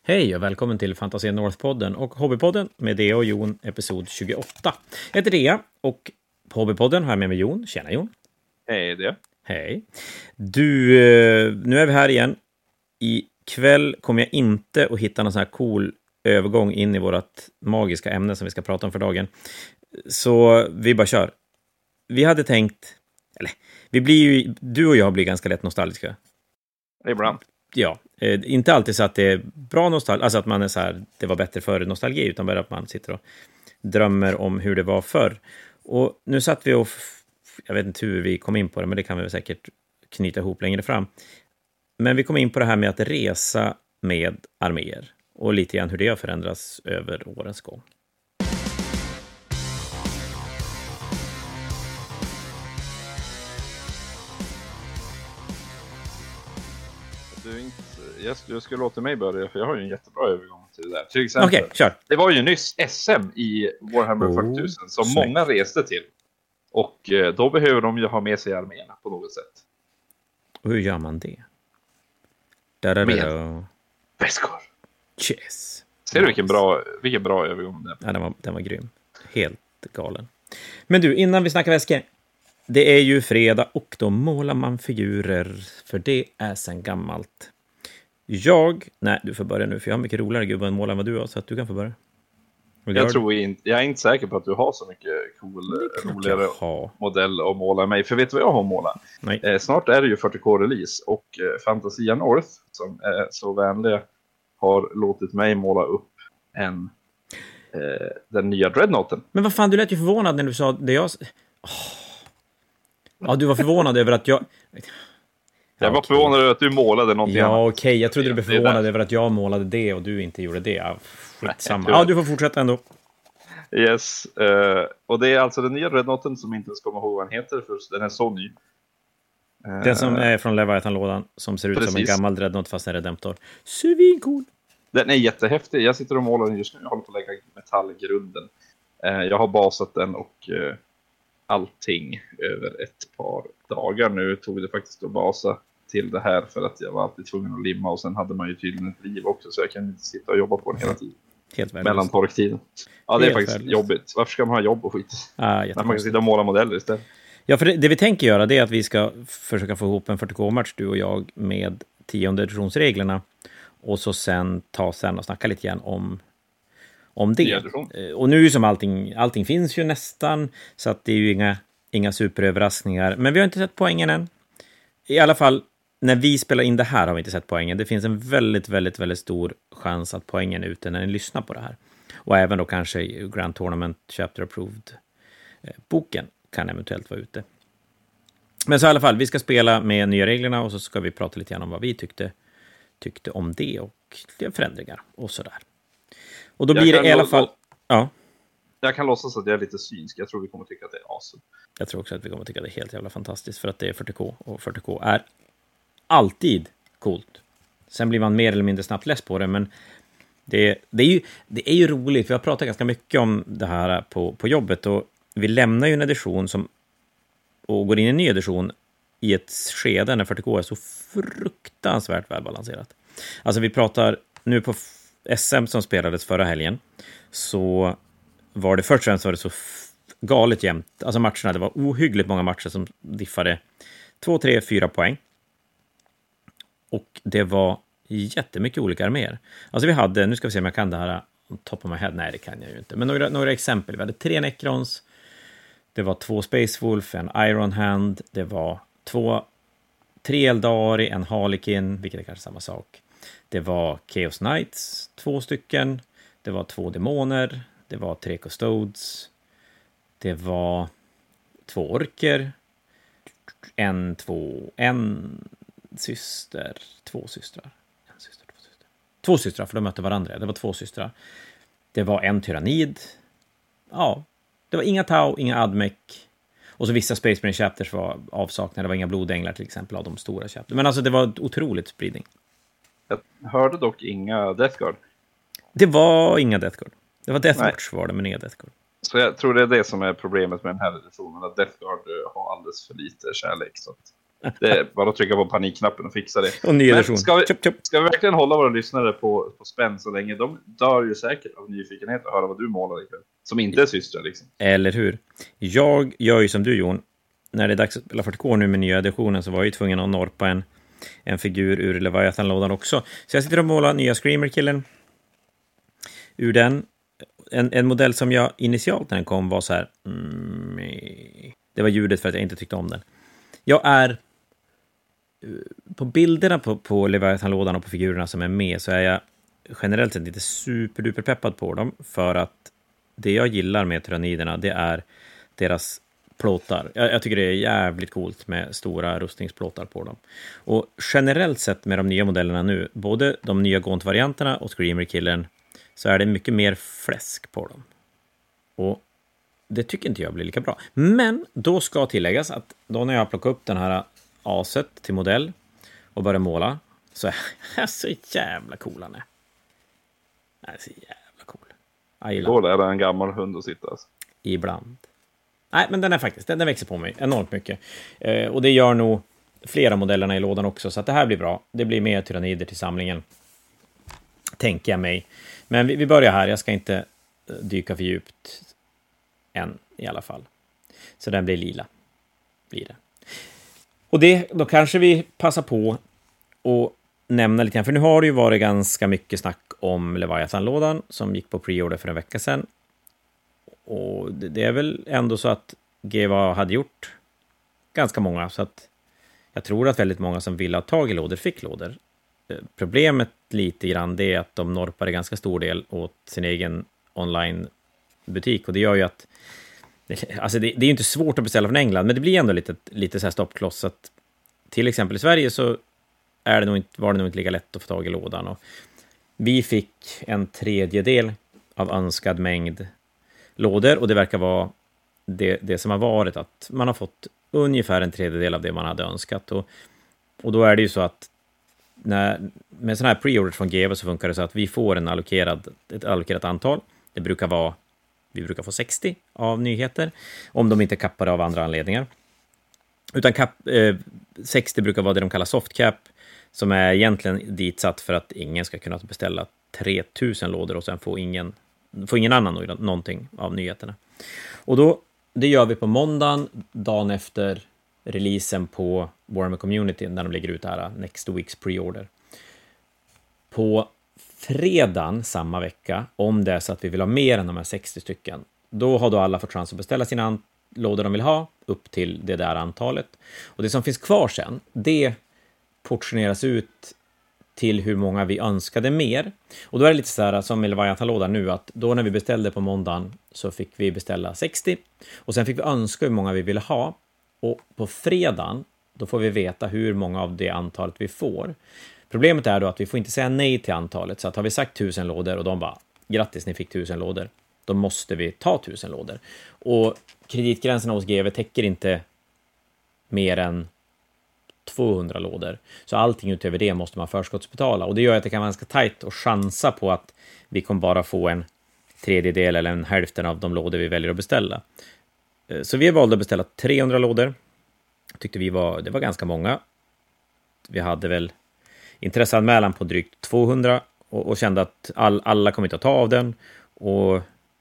Hej och välkommen till Fantasia North-podden och Hobbypodden med Dea och Jon, episod 28. Jag heter Dea och på Hobbypodden har jag med mig Jon. Tjena Jon. Hej Dea. Hej. Du, nu är vi här igen. Ikväll kommer jag inte att hitta någon sån här cool övergång in i vårt magiska ämne som vi ska prata om för dagen. Så vi bara kör. Vi hade tänkt, eller vi blir ju, du och jag blir ganska lätt nostalgiska. Ibland. Ja, inte alltid så att det är bra nostalgi, alltså att man är så här, det var bättre förr nostalgi, utan bara att man sitter och drömmer om hur det var förr. Och nu satt vi och, jag vet inte hur vi kom in på det, men det kan vi väl säkert knyta ihop längre fram. Men vi kom in på det här med att resa med arméer och lite grann hur det har förändrats över årens gång. Jag skulle låta mig börja, för jag har ju en jättebra övergång till det där. Till exempel, Okej, kör. Det var ju nyss SM i Warhammer 40 000 som snyggt. många reste till. Och då behöver de ju ha med sig arméerna på något sätt. Och hur gör man det? Med väskor. Cheers. Ser du vilken bra övergång det är? Ja, den var grym. Helt galen. Men du, innan vi snackar väskor. Det är ju fredag och då målar man figurer. För det är sen gammalt. Nej, du får börja nu. För jag har mycket roligare gubbar än måla än vad du har. Så att du kan få börja. Jag är inte säker på att du har så mycket roligare modell att måla mig. För vet du vad jag har målat? Nej. Snart är det ju 40K-release. Och Fantasia North, som är så vänliga, har låtit mig måla upp den nya Dreadnoughten. Men vad fan, du lät ju förvånad när du sa det jag... Ja, du var förvånad över att jag... Jag var förvånad över att du målade någonting annat. Ja, okej. Jag trodde du blev förvånad över att jag målade det och du inte gjorde det. Ja, skitsamma. Ja, du får fortsätta ändå. Yes. Och det är alltså den nya Dreadnoughten som inte ens kommer ihåg vad den heter, för den är så ny. Den som är från Leviathan-lådan, som ser ut som en gammal Dreadnought fast en Redemptor. Svincool. Den är jättehäftig. Jag sitter och målar den just nu. Jag håller på att lägga metallgrunden. Jag har basat den och allting över ett par dagar. Nu tog det faktiskt att basa till det här för att jag var alltid tvungen att limma, och sen hade man ju tydligen ett liv också, så jag kan inte sitta och jobba på den hela tiden. Helt värdelöst. Mellan torktiden. Ja, det är Helt faktiskt värdelöst. jobbigt. Varför ska man ha jobb och skit? När man kan sitta och måla modeller istället. Ja, för det vi tänker göra, det är att vi ska försöka få ihop en 40K-match, du och jag, med 10:e editionsreglerna. Och så sen och snacka lite grann om det. Och nu som allting finns ju nästan, så att det är ju inga superöverraskningar. Men vi har inte sett poängen än. I alla fall, när vi spelar in det här har vi inte sett poängen. Det finns en väldigt, väldigt, väldigt stor chans att poängen är ute när ni lyssnar på det här. Och även då kanske Grand Tournament Chapter Approved boken kan eventuellt vara ute. Men så i alla fall, vi ska spela med nya reglerna och så ska vi prata lite grann om vad vi tyckte om det och förändringar och sådär. Och då blir det i alla fall... Ja. Jag kan låtsas att jag är lite synsk. Jag tror vi kommer tycka att det är awesome. Jag tror också att vi kommer tycka att det är helt jävla fantastiskt, för att det är 40K, och 40K är alltid coolt. Sen blir man mer eller mindre snabbt less på det, men det är ju roligt. Vi har pratat ganska mycket om det här på jobbet, och vi lämnar ju en edition och går in i en ny edition i ett skede när 40K är så fruktansvärt välbalanserat. Alltså vi pratar nu på SM som spelades förra helgen, så var det först och främst var det så galet jämnt. Alltså matcherna, det var ohyggligt många matcher som diffade 2, 3, 4 poäng. Och det var jättemycket olika arméer. Alltså vi hade, nu ska vi se om jag kan det här on top of my head. Nej, det kan jag ju inte. Men några exempel. Vi hade 3 Necrons. Det var 2 Space Wolf, en Iron Hand. Det var 3 Eldari, en Harlequin, vilket är kanske samma sak. Det var Chaos Knights, 2 stycken. Det var 2 Demoner. Det var 3 Custodes. Det var 2 Orker. En syster. 2 systrar. En syster, 2 systrar. 2 systrar, för de mötte varandra. Det var 2 systrar. Det var en Tyrannid. Ja, det var inga Tau, inga Admec. Och så vissa Space Marine Chapters var avsaknade. Det var inga Blodänglar till exempel av de stora Chapters. Men alltså det var otroligt spridning. Jag hörde dock inga Death Guard. Det var inga Death Guard. Det var Death Watch var det, men inga Death Guard. Så jag tror det är det som är problemet med den här editionen. Att Death Guard har alldeles för lite kärlek. Så att Det är bara att trycka på panikknappen och fixa det. Och ny edition. Ska vi verkligen hålla våra lyssnare på spänn så länge? De dör ju säkert av nyfikenhet att höra vad du målar ikväll. Som inte är systrar liksom. Eller hur? Jag gör ju som du, Jon. När det är dags att spela 40K nu med nya editionen så var jag ju tvungen att norpa en figur ur Leviathan-lådan också. Så jag sitter och målar nya Screamer-killen ur den. En modell som jag initialt när den kom var så här... det var ljudet för att jag inte tyckte om den. Jag är... På bilderna på Leviathan-lådan och på figurerna som är med så är jag generellt sett inte superduper peppad på dem. För att det jag gillar med tyranniderna, det är deras plåtar. Jag tycker det är jävligt coolt med stora rustningsplåtar på dem. Och generellt sett med de nya modellerna nu, både de nya Gaunt-varianterna och Screamer-killen, så är det mycket mer fläsk på dem. Och det tycker inte jag blir lika bra. Men då ska tilläggas att då när jag plockar upp den här aset till modell och börjar måla, så är jag så jävla cool han är. Jag är så jävla cool. Jag gillar Då är det en gammal hund att sitta alltså. Ibland. Nej, men den är faktiskt, den växer på mig enormt mycket. Och det gör nog flera modellerna i lådan också, så att det här blir bra. Det blir mer tyrannider till samlingen, tänker jag mig. Men vi börjar här, jag ska inte dyka för djupt än i alla fall. Så den blir lila. Blir det. Och då kanske vi passar på att nämna lite grann, för nu har det ju varit ganska mycket snack om Leviathan-lådan som gick på pre-order för en vecka sedan. Och det är väl ändå så att GW hade gjort ganska många, så att jag tror att väldigt många som ville ha tag i lådor fick lådor. Problemet lite grann det är att de norpar ganska stor del åt sin egen online-butik, och det gör ju att alltså det är ju inte svårt att beställa från England, men det blir ändå lite så här stoppkloss. Att till exempel i Sverige så var det nog inte lika lätt att få tag i lådan, och vi fick en tredjedel av önskad mängd lådor, och det verkar vara det som har varit att man har fått ungefär en tredjedel av det man hade önskat, och då är det ju så att med sådana här pre-orders från GW så funkar det så att vi får ett allokerat antal. Vi brukar få 60 av nyheter, om de inte kappar av andra anledningar. Utan 60 brukar vara det de kallar softcap, som är egentligen ditsatt för att ingen ska kunna beställa 3000 lådor och sen får ingen annan någonting av nyheterna. Och det gör vi på måndagen, dagen efter releasen på Warhammer Community, när de lägger ut det här Next Weeks pre-order. På fredagen samma vecka, om det är så att vi vill ha mer än de här 60 stycken, då har då alla fått chans att beställa sina lådor de vill ha upp till det där antalet. Och det som finns kvar sen, det portioneras ut till hur många vi önskade mer. Och då är det lite så här som med Leviathan-lådan nu, att då när vi beställde på måndagen så fick vi beställa 60, och sen fick vi önska hur många vi ville ha, och på fredagen då får vi veta hur många av det antalet vi får. Problemet är då att vi får inte säga nej till antalet, så att har vi sagt 1000 lådor och de bara, grattis ni fick 1000 lådor, då måste vi ta 1000 lådor. Och kreditgränserna hos GW täcker inte mer än 200 lådor. Så allting utöver det måste man förskottsbetala. Och det gör att det kan vara ganska tajt och chansa på att vi kommer bara få en tredjedel eller en hälften av de lådor vi väljer att beställa. Så vi valde att beställa 300 lådor. Tyckte det var ganska många. Vi hade väl intresseanmälan på drygt 200 och kände att alla kommer inte att ta av den. Och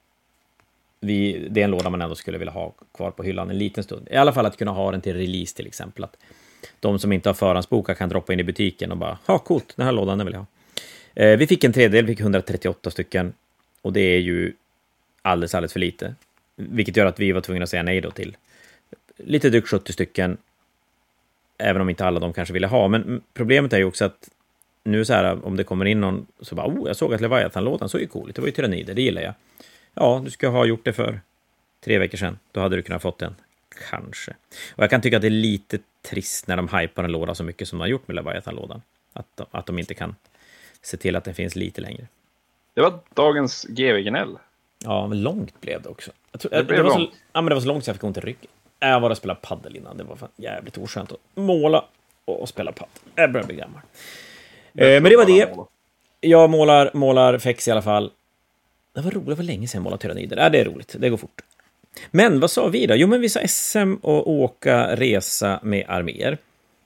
det är en låda man ändå skulle vilja ha kvar på hyllan en liten stund. I alla fall att kunna ha den till release till exempel. Att de som inte har förhandsbokat kan droppa in i butiken och bara, coolt, den här lådan vill jag ha. Vi fick en tredjedel, vi fick 138 stycken. Och det är ju alldeles för lite. Vilket gör att vi var tvungna att säga nej då till lite drygt 70 stycken. Även om inte alla de kanske ville ha. Men problemet är ju också att nu så här, om det kommer in någon så bara, jag såg att Leviathan-lådan såg ju cool. Det var ju tyrannider, det gillar jag. Ja, du ska ha gjort det för 3 veckor sedan. Då hade du kunnat fått den. Kanske. Och jag kan tycka att det är lite trist när de hypar en låda så mycket som de har gjort med Leviathan-lådan. Att de inte kan se till att den finns lite längre. Det var dagens GW-gnäll. Ja, men långt blev det också. Det var så långt så jag fick ont i ryggen. Jag var och spela paddel innan. Det var fan jävligt oskönt att måla och spela paddel. Jag börjar bli gammal. Men det var det. Jag målar fex i alla fall. Det var roligt, det var länge sedan jag målade tyrannider. Det är roligt, det går fort. Men vad sa vi då? Jo, men vi sa SM och åka resa med arméer.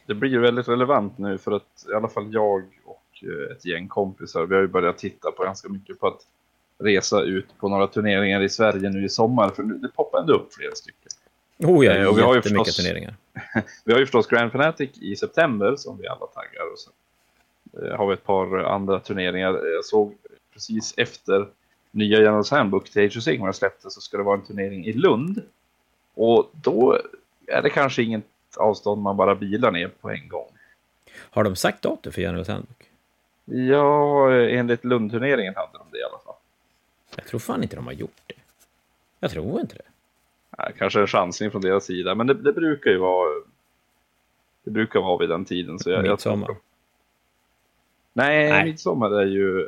det blir ju väldigt relevant nu för att i alla fall jag och ett gäng kompisar, vi har ju börjat titta på ganska mycket på att resa ut på några turneringar i Sverige nu i sommar, för det poppar ändå upp flera stycken. Oh ja, Och vi har ju jättemycket förstås, turneringar. vi har ju förstås Grand Fanatic i september som vi alla taggar, och sen har vi ett par andra turneringar. Jag såg precis efter nya Generals Handbook till Age of Sigmar släpptes så ska det vara en turnering i Lund. Och då är det kanske inget avstånd man bara bilar ner på en gång. Har de sagt datum för Generals Handbook? Ja, enligt Lundturneringen hade de det i alla fall. Jag tror fan inte de har gjort det. Jag tror inte det. Ja, kanske en chansning från deras sida, men det brukar ju vara, det brukar vara vid den tiden. Så Midsommar. Nej, midsommar är ju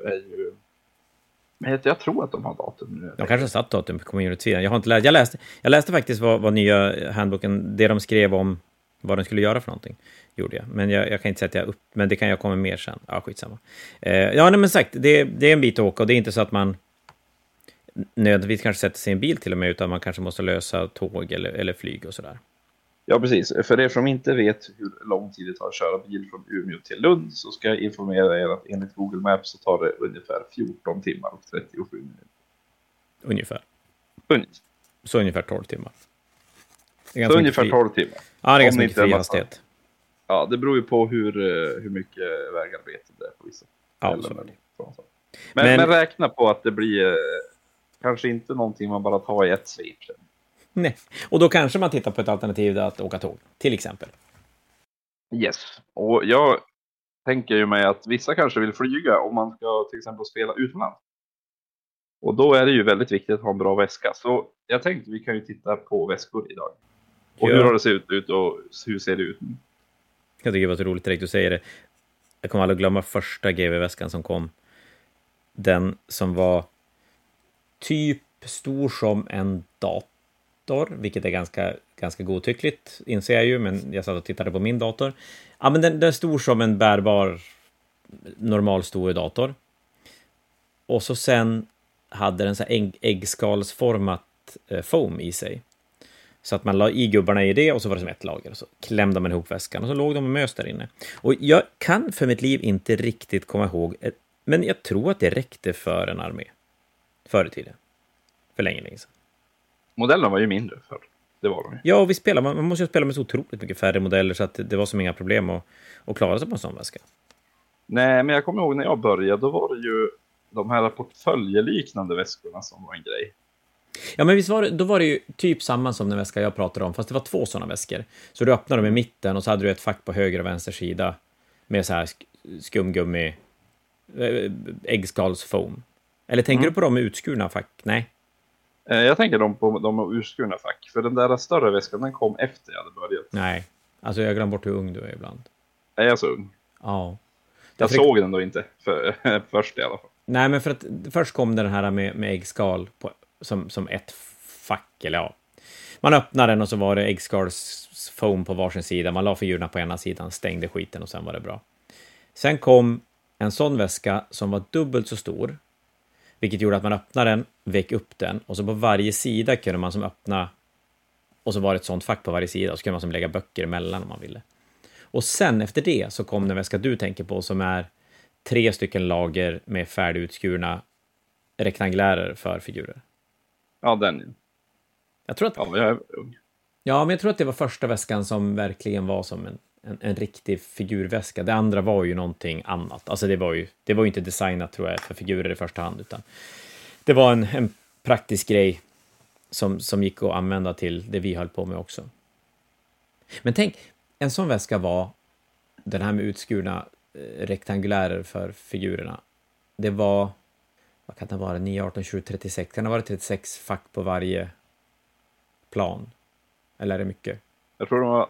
jag tror att de har datum nu. De kanske har satt datum på community-sidan. Jag har inte läst. Jag läste faktiskt vad nya handboken, det de skrev om vad den skulle göra för någonting, gjorde jag. Men jag kan inte sätta upp, men det kan jag komma mer sen. Ja, skitsamma. Ja, nej, men sagt, det är en bit att åka och det är inte så att man nödvändigtvis kanske sätter sig i en bil till och med, utan man kanske måste lösa tåg eller flyg och sådär. Ja, precis. För er som inte vet hur lång tid det tar att köra bil från Umeå till Lund så ska jag informera er att enligt Google Maps så tar det ungefär 14 timmar och 37 minuter. Ungefär. Så ungefär 12 timmar. Så ungefär 12 timmar. Ja, det är ganska mycket fri hastighet. Ja, det beror ju på hur mycket vägarbete det är på vissa. Ja, men räkna på att det blir kanske inte någonting man bara tar i ett svep. Nej, och då kanske man tittar på ett alternativ att åka tåg, till exempel. Yes, och jag tänker ju mig att vissa kanske vill flyga om man ska till exempel spela utomlands. Och då är det ju väldigt viktigt att ha en bra väska. Så jag tänkte vi kan ju titta på väskor idag. Och hur har det sett ut och hur ser det ut? Jag tycker det var så roligt direkt att säga det. Jag kommer aldrig glömma första GV-väskan som kom. Den som var typ stor som en dator, vilket är ganska godtyckligt, inser jag ju, men jag satt och tittade på min dator. Ja, men den är stor som en bärbar, normal stor dator. Och så sen hade den så här äggskalsformat foam i sig. Så att man la i gubbarna i det och så var det som ett lager. Och så klämde man ihop väskan och så låg de och mös där inne. Och jag kan för mitt liv inte riktigt komma ihåg, men jag tror att det räckte för en armé. Förr i tiden. För länge sedan. Modellerna var ju mindre förr. Det var de ju. Ja, och man måste ju spela med så otroligt mycket färre modeller så att det var som inga problem att klara sig på en sån väska. Nej, men jag kommer ihåg när jag började, då var det ju de här portföljeliknande väskorna som var en grej. Ja, men visst då var det ju typ samma som den väska jag pratade om, fast det var 2 sådana väskor. Så du öppnade dem i mitten och så hade du ett fack på höger och vänster sida med så här skumgummi, äggskalsfoam. Eller tänker du på dem med utskurna fack? Nej. Jag tänker på de med urskurna fack. För den där större väskan, den kom efter jag hade börjat. Nej, alltså jag glömmer bort hur ung du är ibland. Är jag så ung? Ja. Jag såg den då inte först i alla fall. Nej, men för att först kom den här med äggskal som ett fack, eller ja. Man öppnade den och så var det äggskalsfoam på varsin sida. Man la figurerna på ena sidan, stängde skiten och sen var det bra. Sen kom en sån väska som var dubbelt så stor, vilket gjorde att man öppnade den, väck upp den och så på varje sida kunde man som öppna, och så var det ett sånt fack på varje sida och så kunde man som lägga böcker emellan om man ville. Och sen efter det så kom den väska du tänker på som är 3 stycken lager med färdigutskurna rektangulärer för figurer. Ja, den. Jag tror att, ja, jag är ung. Ja, men jag tror att det var första väskan som verkligen var som en riktig figurväska. Det andra var ju någonting annat. Alltså det var ju inte designat, tror jag, för figurer i första hand, utan det var en praktisk grej som gick att använda till det vi höll på med också. Men tänk, en sån väska var den här med utskurna rektangulärer för figurerna. Det var, vad kan det vara, 9, 18, 20, 36. Kan det vara 36 fack på varje plan? Eller är det mycket? Jag tror de var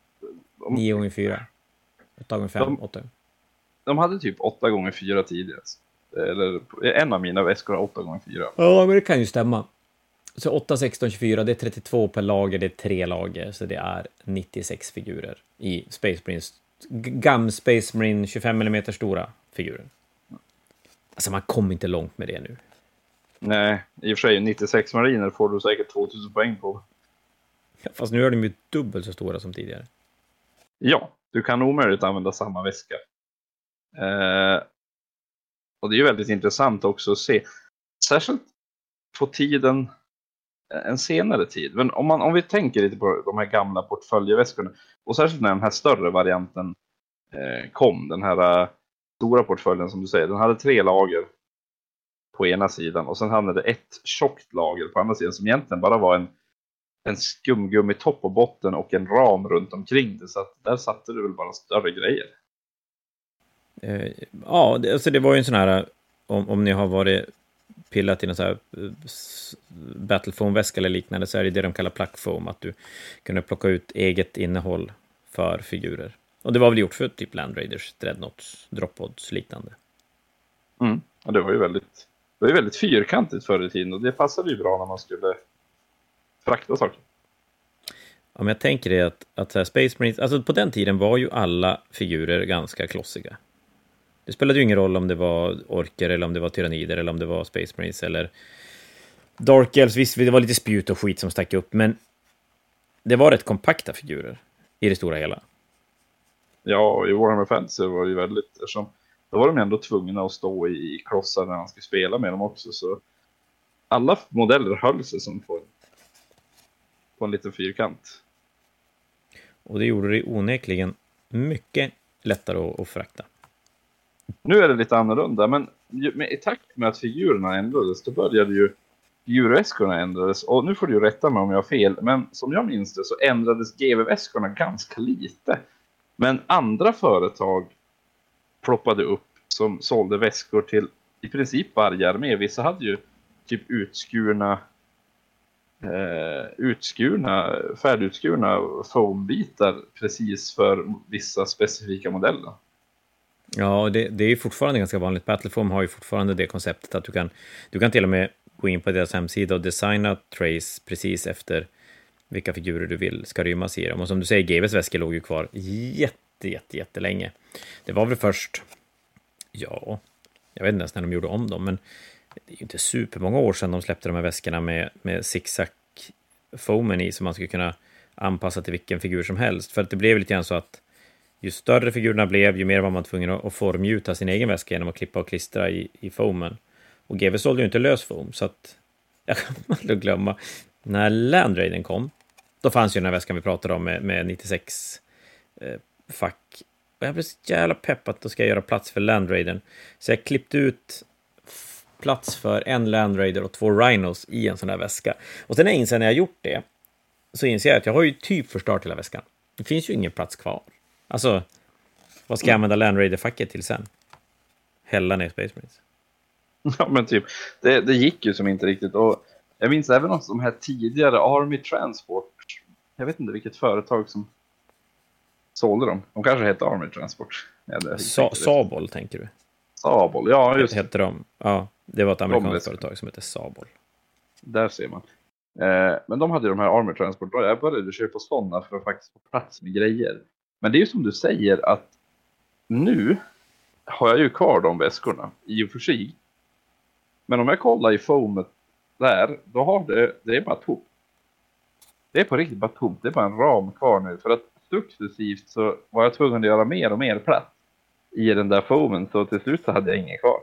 9 gånger 4. 8 gånger 5, 8. De hade typ 8 gånger 4 tidigare. Eller en av mina väskor har 8 gånger 4. Ja, men det kan ju stämma. Så 8, 16, 24, det är 32 per lager, det är 3 lager, så det är 96 figurer i Space Marines. GAM Space Marine 25 mm stora figurer. Alltså man kommer inte långt med det nu. Nej, i och för sig 96 mariner får du säkert 2000 poäng på. Ja, fast nu är de ju dubbelt så stora som tidigare. Ja, Du kan omöjligt använda samma väska. Och det är ju väldigt intressant också att se. Särskilt på tiden, en senare tid. Men om vi tänker lite på de här gamla portföljeväskorna. Och särskilt när den här större varianten kom. Den här stora portföljen som du säger. Den hade 3 lager på ena sidan. Och sen hade det ett tjockt lager på andra sidan. Som egentligen bara var en skumgummi topp och botten och en ram runt omkring det. Så att där satte du väl bara större grejer. Ja, alltså det var ju en sån här, om ni har varit pillat i någon sån här Battlefoam-väska eller liknande, så är det de kallar plackfoam, att du kunde plocka ut eget innehåll för figurer. Och det var väl gjort för typ Land Raiders, Dreadnoughts, Droppods, liknande. Ja, det var ju väldigt fyrkantigt förr i tiden och det passade ju bra när man skulle frakta saker. Ja, men jag tänker det att så här, Space Marines, alltså på den tiden var ju alla figurer ganska klossiga. Det spelade ju ingen roll om det var orker eller om det var tyrannider eller om det var Space Marines eller Dark Elves. Visst, det var lite spjut och skit som stack upp, men det var rätt kompakta figurer i det stora hela. Ja, i Warhammer Fantasy var det ju väldigt, eftersom då var de ändå tvungna att stå i klossar när man skulle spela med dem också, så alla modeller höll sig som på en liten fyrkant. Och det gjorde det onekligen mycket lättare att frakta. Nu är det lite annorlunda, men i takt med att figurerna ändrades, då började ju figurväskorna ändrades. Och nu får du ju rätta mig om jag har fel, men som jag minns det så ändrades GV-väskorna ganska lite. Men andra företag ploppade upp som sålde väskor till i princip varje armé. Vissa hade ju typ färdigutskurna foambitar precis för vissa specifika modeller. Ja, det är ju fortfarande ganska vanligt. Battlefoam har ju fortfarande det konceptet att du kan till och med gå in på deras hemsida och designa trays precis efter vilka figurer du vill ska rymmas i dem. Och som du säger, GVs väskor låg ju kvar jättelänge. Det var väl först, ja, jag vet inte ens när de gjorde om dem, men det är ju inte supermånga år sedan de släppte de här väskorna med zigzag-foamen i, som man skulle kunna anpassa till vilken figur som helst. För att det blev lite grann så att ju större figurerna blev, ju mer var man tvungen att formgjuta sin egen väska genom att klippa och klistra i foamen. Och GV sålde ju inte lös foam, så att jag kan aldrig glömma. När Land Raiden kom, då fanns ju den här väskan vi pratade om med 96 fack. Och jag blev så jävla pepp att då ska jag göra plats för Land Raiden. Så jag klippte ut plats för en Land Raider och 2 Rhinos i en sån här väska. Och sen när jag gjort det, så inser jag att jag har ju typ förstört hela väskan. Det finns ju ingen plats kvar. Alltså, vad ska jag använda Land Raider-facket till sen? Hälla ner Space Marines. Ja, men typ, det gick ju som inte riktigt. Och jag minns även om de här tidigare Army Transport. Jag vet inte vilket företag som sålde dem. De kanske hette Army Transport. Sabol, tänker du? Sabol, ja just det. Hette de. Ja, det var ett amerikanskt företag som hette Sabol. Där ser man. Men de hade ju de här Army Transport. Och jag började köpa sådana för att faktiskt få plats med grejer. Men det är ju som du säger att nu har jag ju kvar de väskorna i och för sig. Men om jag kollar i foamet där, då har det är bara tomt. Det är på riktigt bara tomt. Det är bara en ram kvar nu. För att successivt så var jag tvungen att göra mer och mer plats i den där foamen. Så till slut så hade jag ingen kvar.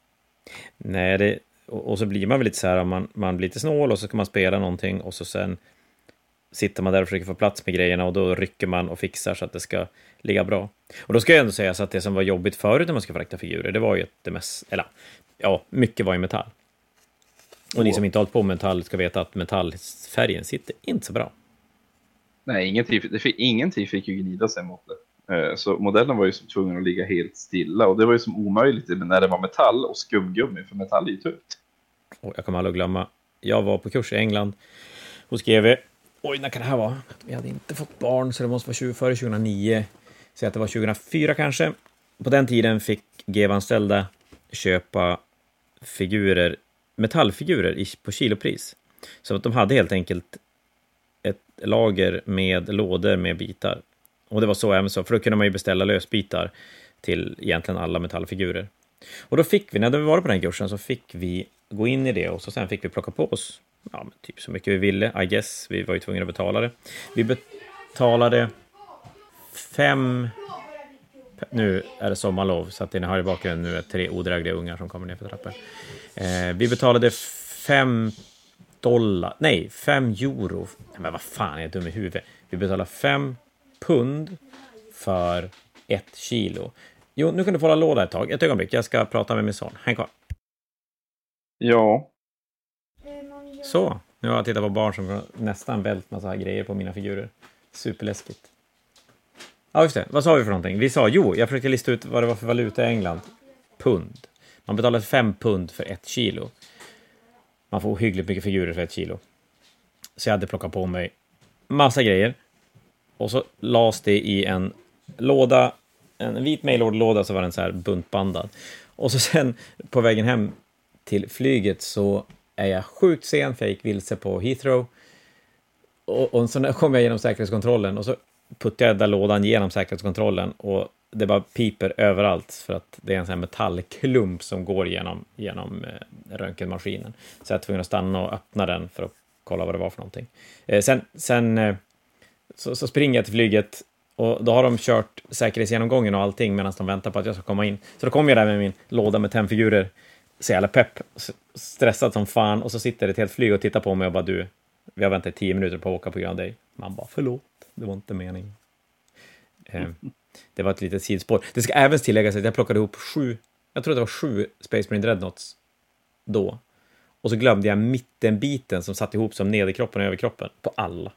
Nej, och så blir man väl lite så här, man blir lite snål och så kan man spela någonting och så sen sitter man där och försöker få plats med grejerna och då rycker man och fixar så att det ska ligga bra. Och då ska jag ändå säga så att det som var jobbigt förut när man ska frakta figurer, det var ju det mest, eller ja, mycket var ju metall. Och ni som inte har hållit på med metall ska veta att metallfärgen sitter inte så bra. Nej, ingenting fick ju gnida sig mot det. Så modellen var ju som tvungen att ligga helt stilla och det var ju som omöjligt när det var metall och skumgummi, för metall är ju tungt. Och jag kommer aldrig glömma, jag var på kurs i England hos GV. Oj, när kan det här vara? Vi hade inte fått barn, så det måste vara före 2009. Så att det var 2004 kanske. På den tiden fick GV-anställda köpa figurer, metallfigurer på kilopris. Så att de hade helt enkelt ett lager med lådor med bitar. Och det var så även så, för då kunde man ju beställa lösbitar till egentligen alla metallfigurer. Och då fick vi, när vi var på den kursen, så fick vi gå in i det och så sen fick vi plocka på oss så mycket vi ville, I guess. Vi var ju tvungna att betala det. Vi betalade 5... Nu är det sommarlov, så att ni har i bakgrunden nu är 3 odrägliga ungar som kommer ner för trappen. Vi betalade $5... Nej, 5 euro. Men vad fan, jag är dum i huvudet. Vi betalade 5 pund för 1 kilo. Jo, nu kan du få hålla låda ett tag. Ett ögonblick, jag ska prata med min son. Häng kvar. Ja. Så, nu har jag tittat på barn som nästan vält massa grejer på mina figurer. Superläskigt. Ja, just det. Vad sa vi för någonting? Vi sa, jag försökte lista ut vad det var för valuta i England. Pund. Man betalar 5 pund för 1 kilo. Man får hyggligt mycket figurer för 1 kilo. Så jag hade plockat på mig massa grejer. Och så lades det i en låda, en vit mailorderlåda, så var den så här buntbandad. Och så sen på vägen hem till flyget så är jag sjukt sen, för jag gick vilse på Heathrow. Och så kom jag genom säkerhetskontrollen och så puttade jag där lådan genom säkerhetskontrollen och det bara piper överallt för att det är en sån här metallklump som går genom röntgenmaskinen. Så jag var tvungen att stanna och öppna den för att kolla vad det var för någonting. Sen så springer jag till flyget och då har de kört säkerhetsgenomgången och allting medan de väntar på att jag ska komma in. Så då kommer jag där med min låda med 5 figurer, så jävla pepp, stressad som fan, och så sitter ett helt flyg och tittar på mig och bara, du, vi har väntat 10 minuter på att åka på grund av dig. Man bara, förlåt, det var inte meningen. Det var ett litet sidspår. Det ska även tilläggas att jag plockade ihop 7 Space Marine Dreadnoughts då. Och så glömde jag mittenbiten som satt ihop som nederkroppen och överkroppen på alla.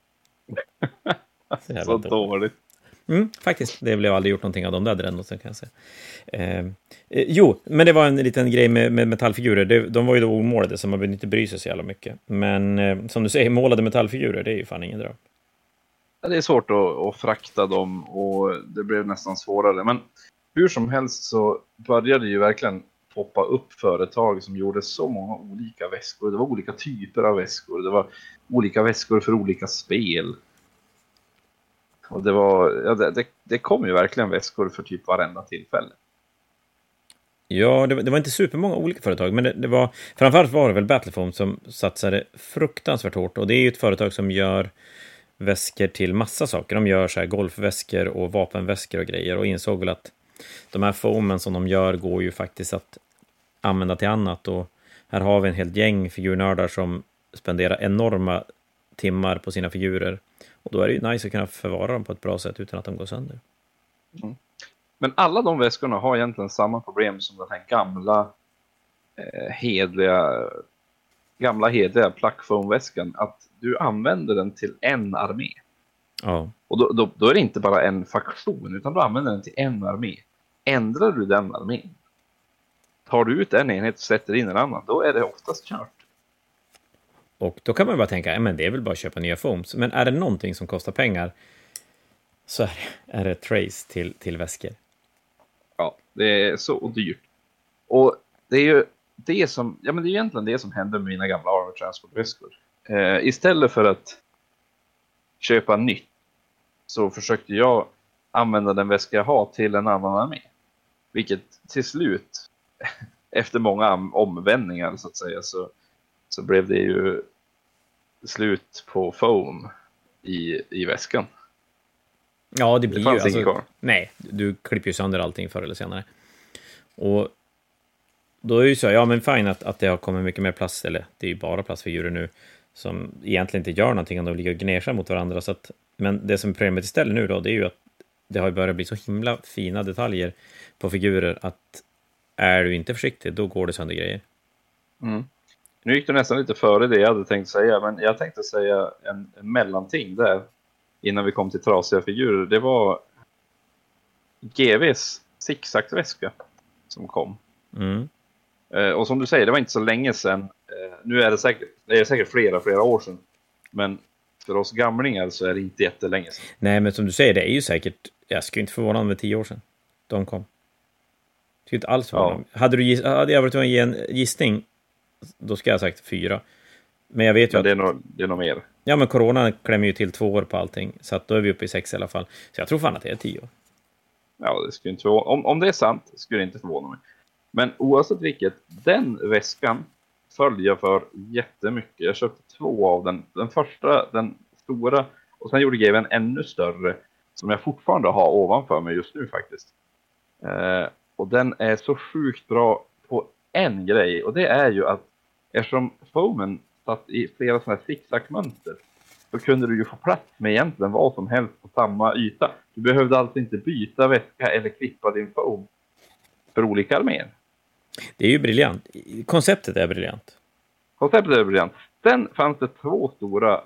Så dåligt. Faktiskt, det blev aldrig gjort någonting av de där Dreadnoughtsen, kan jag säga. Jo, men det var en liten grej med metallfigurer. De var ju då omålade, så man behöver inte bry sig så jävla mycket. Men som du säger, målade metallfigurer, det är ju fan ingen dröm. Det är svårt att frakta dem och det blev nästan svårare. Men hur som helst så började ju verkligen poppa upp företag som gjorde så många olika väskor. Det var olika typer av väskor. Det var olika väskor för olika spel. Och det var, det kom ju verkligen väskor för typ varenda tillfälle. Ja, det var inte supermånga olika företag, men det var, framförallt var det väl Battlefoam som satsade fruktansvärt hårt. Och det är ju ett företag som gör väskor till massa saker. De gör så här golfväskor och vapenväskor och grejer, och insåg väl att de här foamen som de gör går ju faktiskt att använda till annat. Och här har vi en helt gäng figurnördar som spenderar enorma timmar på sina figurer. Och då är det ju nice att kunna förvara dem på ett bra sätt utan att de går sönder. Mm. Men alla de väskorna har egentligen samma problem som den här gamla hedliga plackfoamväskan, att du använder den till en armé. Ja. Och då är det inte bara en faktion, utan du använder den till en armé. Ändrar du den armén, tar du ut en enhet och sätter in en annan, då är det oftast kört. Och då kan man bara tänka, men det är väl bara att köpa nya foams. Men är det någonting som kostar pengar, så är det trace till väskor. Ja, det är så dyrt. Och det är ju det som, det är egentligen det som hände med mina gamla Armor Transport-väskor. Istället för att köpa nytt så försökte jag använda den väska jag har till en annan armé. Vilket till slut, efter många omvändningar så att säga, så blev det ju slut på foam i väskan. Ja, det blir det ju alltså, nej, du klipper ju sönder allting förr eller senare. Och då är det ju så, ja men fine att det har kommit mycket mer plast, eller det är ju bara plastfigurer nu som egentligen inte gör någonting om de ligger och gnäschar mot varandra. Så att, men det som är problemet istället nu då, det är ju att det har börjat bli så himla fina detaljer på figurer att är du inte försiktig, då går det sönder grejer. Mm. Nu gick du nästan lite före det jag hade tänkt säga, men jag tänkte säga en mellanting där innan vi kom till trasiga figurer. Det var GVs zigzag-väska som kom. Mm. Och som du säger, det var inte så länge sedan. Nu är det säkert flera år sedan. Men för oss gamlingar så är det inte jättelänge sedan. Nej, men som du säger, det är ju säkert, jag skulle inte förvåna med 10 år sedan de kom. Jag skulle inte alls förvåna. Ja. Hade jag varit tvungen att ge en gissning, då ska jag ha sagt 4. Men jag vet ju att det är nog mer. Ja, men corona klämmer ju till 2 år på allting. Så att då är vi uppe i 6 i alla fall. Så jag tror fan att det är 10 år. Ja, det skulle inte förvåna. Om det är sant skulle det inte förvåna mig. Men oavsett vilket, den väskan följde jag för jättemycket. Jag köpte 2 av den. Den första, den stora, och sen gjorde GV en ännu större som jag fortfarande har ovanför mig just nu faktiskt. Och den är så sjukt bra på en grej, och det är ju att eftersom foamen satt i flera sådana här zigzagmönster, så kunde du ju få plats med egentligen vad som helst på samma yta. Du behövde alltså inte byta väska eller klippa din foam för olika arméer. Det är ju briljant. Konceptet är briljant. Sen fanns det 2 stora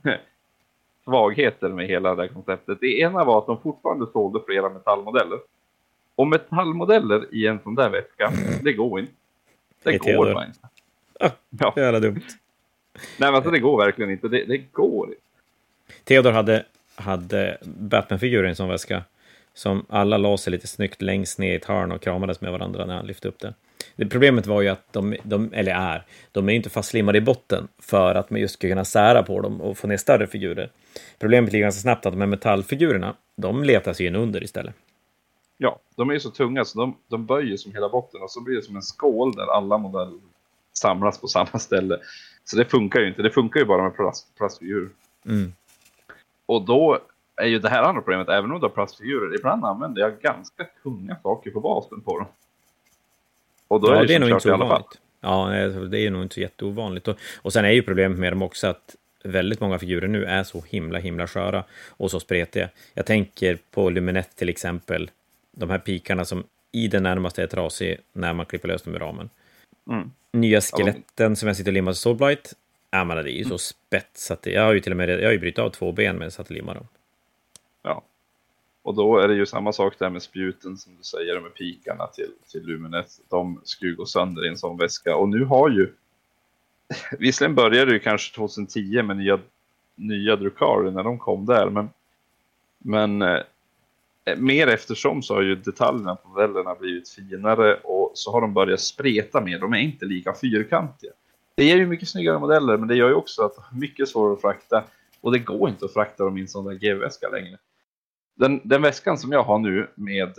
svagheter med hela det här konceptet. Det ena var att de fortfarande sålde flera metallmodeller. Och metallmodeller i en sån där väska, det går inte. Det går bara inte. Ja, jävla dumt. Nej, men alltså det går verkligen inte. Det går inte. Theodor hade Batman-figurer i en sån väska som alla la sig lite snyggt längst ner i ett hörn och kramades med varandra när han lyfte upp det. Problemet var ju att de är inte fastlimmade i botten för att man just ska kunna sära på dem och få ner större figurer. Problemet blir ganska snabbt att de här metallfigurerna, de letar sig in under istället. Ja, de är ju så tunga så de böjer som hela botten, och så blir det som en skål där alla modeller samlas på samma ställe. Så det funkar ju inte. Det funkar ju bara med plastfigurer. Mm. Och då är ju det här andra problemet, även om du har plastfigurer, ibland använder jag ganska tunga saker på basen på dem. Och då är det nog inte så ovanligt. Ja, det är nog inte så jätteovanligt. Och sen är ju problemet med dem också att väldigt många figurer nu är så himla sköra och så spretiga. Jag tänker på Luminette till exempel. De här pikarna som i det närmaste är trasig när man klipper lös dem i ramen. Mm. Nya skeletten som jag sitter och limmar Soulblight. Ja, men det är ju så spetsat. Jag har ju till och med brytt av 2 ben med att limma dem. Ja. Och då är det ju samma sak där med spjuten som du säger, med pikarna till Luminette. De skulle gå sönder i en sån väska. Och nu har ju, visserligen började det ju kanske 2010 med nya Drukhari när de kom där. Men mer eftersom så har ju detaljerna på modellerna blivit finare, och så har de börjat spreta mer. De är inte lika fyrkantiga. Det ger ju mycket snyggare modeller, men det gör ju också att det är mycket svårare att frakta. Och det går inte att frakta dem i en sån där GV-väska längre. Den väskan som jag har nu med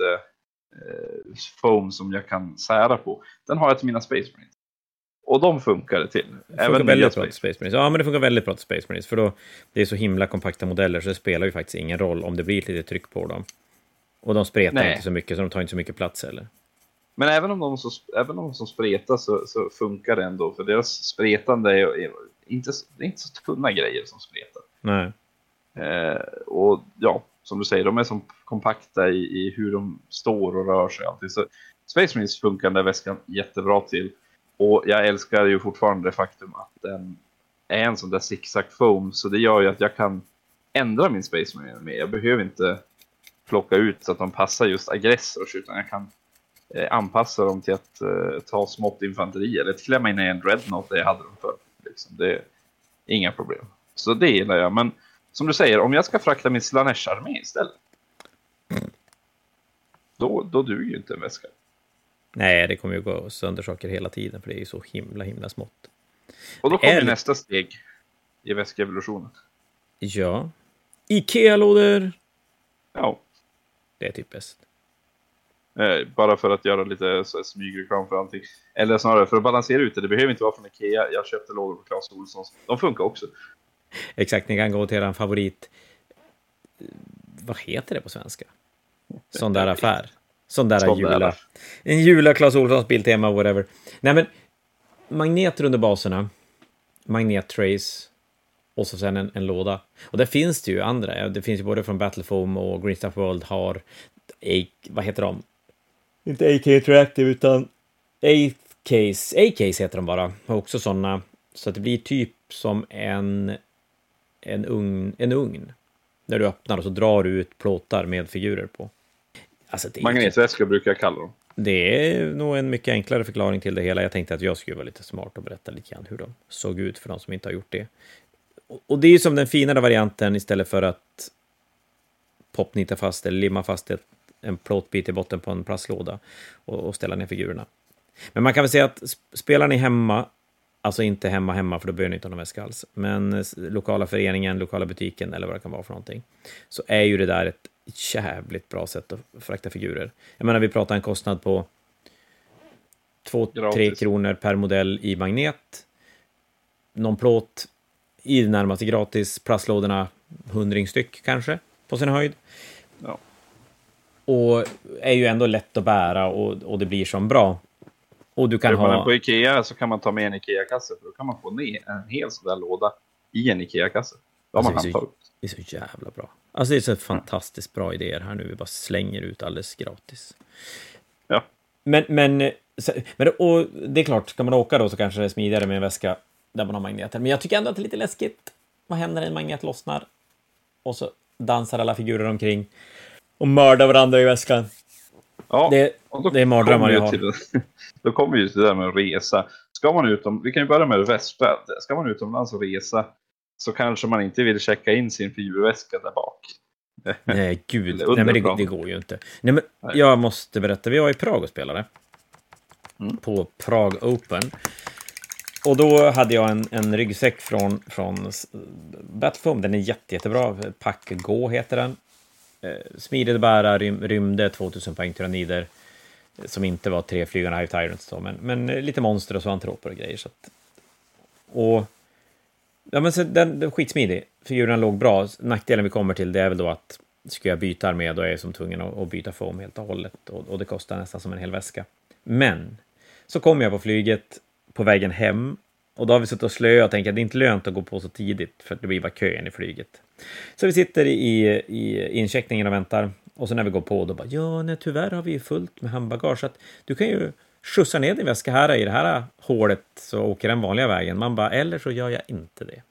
foam som jag kan sära på, den har jag till mina Space Marines. Och de funkar det till. Även väldigt bra till Space Marines. Ja, men det funkar väldigt bra till Space Marines. För då, det är så himla kompakta modeller så det spelar ju faktiskt ingen roll om det blir lite tryck på dem. Och de spretar inte så mycket, så de tar inte så mycket plats heller. Men även om de som spretar så funkar det ändå. För deras spretande är inte så tunna grejer som spretar. Nej. Och ja, som du säger, de är som kompakta i hur de står och rör sig alltid. Så Space Marines funkar den där väskan jättebra till. Och jag älskar ju fortfarande det faktum att den är en sån där zigzag foam. Så det gör ju att jag kan ändra min Space Marine med. Jag behöver inte plocka ut så att de passar just aggressors, utan jag kan anpassa dem till att ta smått infanteri eller att klämma in i en dreadnought det jag hade dem för. Liksom. Det är inga problem. Så det gillar jag. Men som du säger, om jag ska frakta min Slanesh-armé istället, då duger ju inte en väska. Nej, det kommer ju gå sönder saker hela tiden, för det är ju så himla smått. Och då kommer nästa steg i väskevolutionen. Ja. Ikea-lådor. Ja. Det är typ bäst. Bara för att göra lite smygreklam för allting. Eller snarare för att balansera ut det. Det behöver inte vara från Ikea. Jag köpte lådor på Clas Ohlson. De funkar också. Exakt, ni kan gå till er favorit. Vad heter det på svenska? Sån där affär. Sån där jula. En jula Clas Ohlsons biltema, whatever. Nej, men magneter under baserna. Magnet-trays. Och så sen en låda. Och där finns det ju andra. Det finns ju både från Battlefoam och Green Stuff World har vad heter de? Inte AK Interactive utan A-Case heter de bara. Har också sådana. Så att det blir typ som en ugn. Där du öppnar och så drar du ut plåtar med figurer på. Alltså, magnetväskor brukar jag kalla dem. Det är nog en mycket enklare förklaring till det hela. Jag tänkte att jag skulle vara lite smart och berätta lite grann hur de såg ut för de som inte har gjort det. Och det är ju som den finare varianten istället för att popnita fast eller limma fast en plåtbit i botten på en plastlåda och ställa ner figurerna. Men man kan väl säga att spelar ni hemma, alltså inte hemma för då behöver ni inte ha någon väska alls, men lokala föreningen, lokala butiken eller vad det kan vara för någonting, så är ju det där ett jävligt bra sätt att frakta figurer. Jag menar, vi pratar en kostnad på 2-3 kronor per modell i magnet. Någon plåt i det närmaste gratis. Plastlådorna 100 styck kanske på sin höjd. Ja. Och är ju ändå lätt att bära och det blir som bra. Och du kan Köper man den ha... på Ikea så kan man ta med en Ikea-kasse. För då kan man få ner en hel sån där låda i en Ikea-kasse. Då har man Alltså, hämtat upp. det är så jävla bra. Alltså det är så fantastiskt bra idéer här nu. Vi bara slänger ut alldeles gratis. Ja. Men och det är klart, ska man åka då så kanske det är smidigare med en väska där man har magneter. Men jag tycker ändå att det är lite läskigt. Vad händer när en magnet lossnar? Och så dansar alla figurer omkring och mördar varandra i väskan. Ja, det är mardrömmar jag har. Då kommer ju det där med att resa. Ska man vi kan ju börja med västbädd. Ska man utomlands och resa så kanske man inte vill checka in sin figurväska där bak. Nej, gud. Nej, men det går ju inte. Nej, men jag måste berätta. Vi var i Prag och spelade. På Prague Open. Och då hade jag en ryggsäck från Battlefoam. Den är jättebra. Pack Go heter den. Smidig att bära, rymde 2000 poäng tyrannider. Som inte var 3 flygande Hive Tyrants då, men lite monster och så antroper och grejer. Så att, och ja, men så den är skitsmidig. Figuren låg bra. Nackdelen vi kommer till det är väl då att ska jag byta armé då är jag som tvungen att byta foam helt och hållet. Och det kostar nästan som en hel väska. Men så kom jag på flyget på vägen hem. Och då har vi suttit och slöat och tänkt att det är inte lönt att gå på så tidigt för det blir bara kön i flyget. Så vi sitter i incheckningen och väntar. Och så när vi går på då bara, ja nej, tyvärr har vi ju fullt med handbagage. Så att du kan ju skjutsa ner din väska här i det här hålet så åker den vanliga vägen. Man bara, eller så gör jag inte det.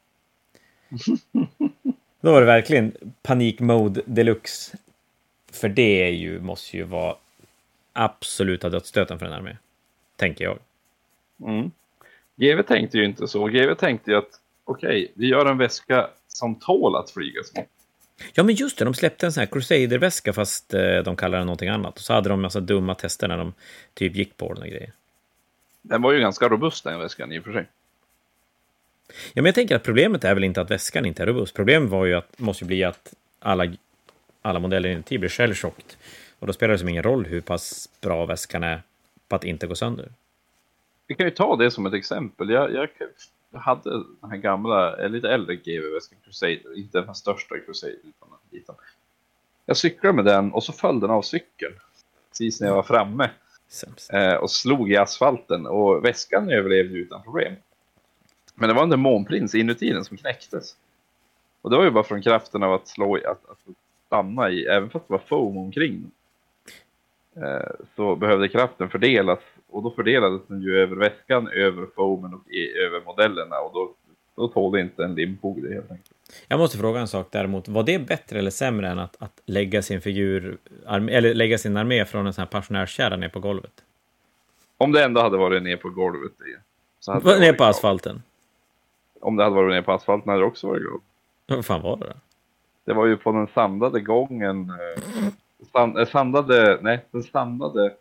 Då var det verkligen panikmode deluxe. För det är ju, måste ju vara absoluta dödsstöten för en armé. Tänker jag. GW tänkte ju inte så. GW tänkte ju att okej, vi gör en väska som tål att flygas med. Ja, men just det, de släppte en sån här Crusader-väska fast de kallar den någonting annat. Och så hade de en massa dumma tester när de typ gick på den och grejer. Den var ju ganska robust den väskan i och för sig. Ja, men jag tänker att problemet är väl inte att väskan inte är robust. Problemet var ju måste ju bli att alla modeller inuti blir shell-shocked. Och då spelar det som ingen roll hur pass bra väskan är på att inte gå sönder. Vi kan ju ta det som ett exempel. Jag hade den här gamla, lite äldre GW-väskan Crusader. Inte den största Crusader utan en liten. Jag cyklade med den och så föll den av cykeln. Precis när jag var framme. Och slog i asfalten. Och väskan överlevde utan problem. Men det var en demonprins inuti den som knäcktes. Och det var ju bara från kraften av att slå i, att stanna i, även fast det var foam omkring. Så behövde kraften fördelas. Och då fördelades den ju över väskan, över foamen och över modellerna. Och då tålde inte en limpog det helt enkelt. Jag måste fråga en sak däremot. Var det bättre eller sämre än att lägga sin figur, eller lägga sin armé från en sån här pensionärskärra ner på golvet? Om det ändå hade varit ner på golvet. Så hade ner på asfalten? Om det hade varit ner på asfalten hade det också varit glad. Vad fan var det då? Det var ju på den sandade gången. Den sandade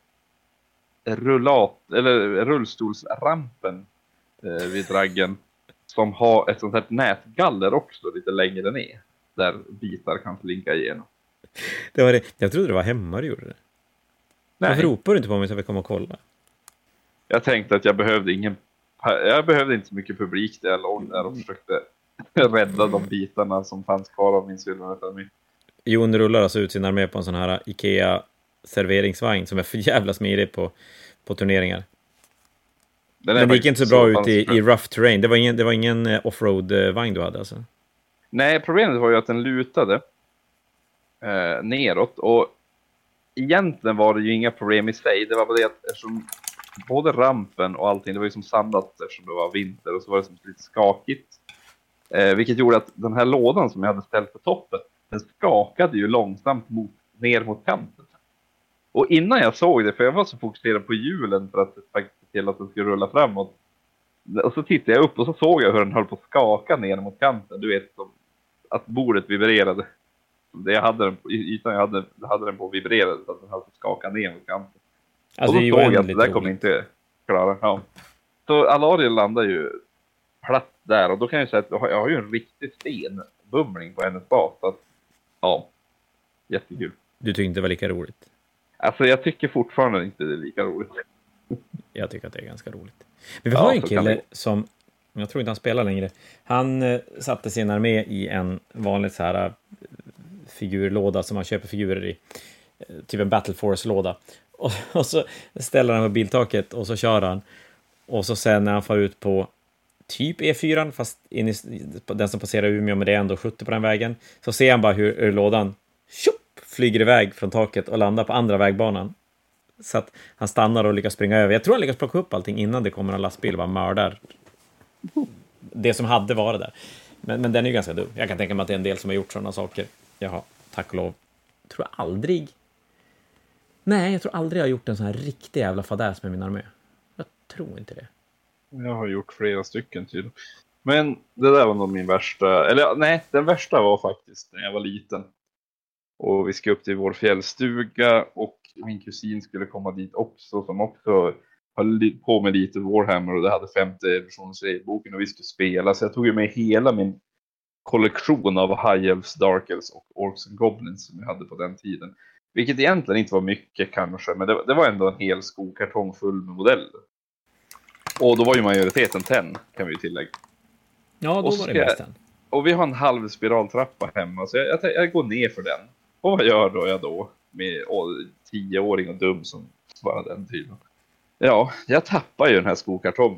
rullstolsrampen vid draggen. Som har ett sånt här nätgaller också lite längre ner. Där bitar kan slinka igenom. Det var det. Jag trodde det var hemma du gjorde det. Nej. Varför ropar du inte på mig så vi kommer och kolla? Jag tänkte att jag behövde inte så mycket publik där jag låg där och försökte rädda de bitarna som fanns kvar av min silverarmé. Jon rullar alltså ut sin armé på en sån här Ikea serveringsvagn som är för jävla smidig på turneringar. Men det gick inte så bra ut i rough terrain. Det var ingen offroad-vagn du hade alltså? Nej, problemet var ju att den lutade neråt. Och egentligen var det ju inga problem i sig. Det var bara det att eftersom både rampen och allting, det var ju som samlat eftersom det var vinter. Och så var det som lite skakigt. Vilket gjorde att den här lådan som jag hade ställt på toppen, den skakade ju långsamt ner mot kanten. Och innan jag såg det, för jag var så fokuserad på hjulen för att faktiskt se till att den skulle rulla framåt. Och så tittade jag upp och så såg jag hur den höll på att skaka ner mot kanten. Du vet, som att bordet vibrerade. Jag hade den på vibrerade så att den höll på att skaka ner mot kanten. Alltså, och då såg jag att det där kommer inte klara. Ja. Så Alaria landar ju platt där. Och då kan jag säga att jag har ju en riktig stenbumling på hennes bas. Så att, ja, jättekul. Du tyckte inte det var lika roligt? Alltså jag tycker fortfarande inte det är lika roligt. Jag tycker att det är ganska roligt. Men vi har en kille som, jag tror inte han spelar längre. Han satte sin armé i en vanlig så här figurlåda som man köper figurer i. Typ en Battle Force-låda. Och så ställer han på biltaket och så kör han. Och så sen när han får ut på typ E4, fast in i den som passerar Umeå, men det är ändå 70 på den vägen, så ser han bara hur lådan flyger iväg från taket och landar på andra vägbanan. Så att han stannar och lyckas springa över. Jag tror han lyckas plocka upp allting innan det kommer en lastbil och bara mördar det som hade varit där. Men den är ju ganska dum. Jag kan tänka mig att det är en del som har gjort sådana saker. Jag har, tack och lov, tror jag aldrig jag har gjort en sån här riktig jävla fadäs med min armé. Jag tror inte det. Jag har gjort flera stycken till. Men det där var nog min värsta. Eller nej, den värsta var faktiskt när jag var liten. Och vi ska upp till vår fjällstuga. Och min kusin skulle komma dit också. Som också höll på med lite Warhammer. Och det hade 5:e editions boken. Och vi skulle spela. Så jag tog ju med hela min kollektion av High Elves, Dark Elves och Orcs and Goblins. Som jag hade på den tiden. Vilket egentligen inte var mycket kanske. Men det var ändå en hel skokartong full med modeller. Och då var ju majoriteten 10, kan vi ju tillägga. Ja, då var det mest 10. Och vi har en halv spiraltrappa hemma. Så jag går ner för den. Och vad gör då jag då? Med 10-åring och dum som bara den tiden. Ja, jag tappar ju den här skokartongen.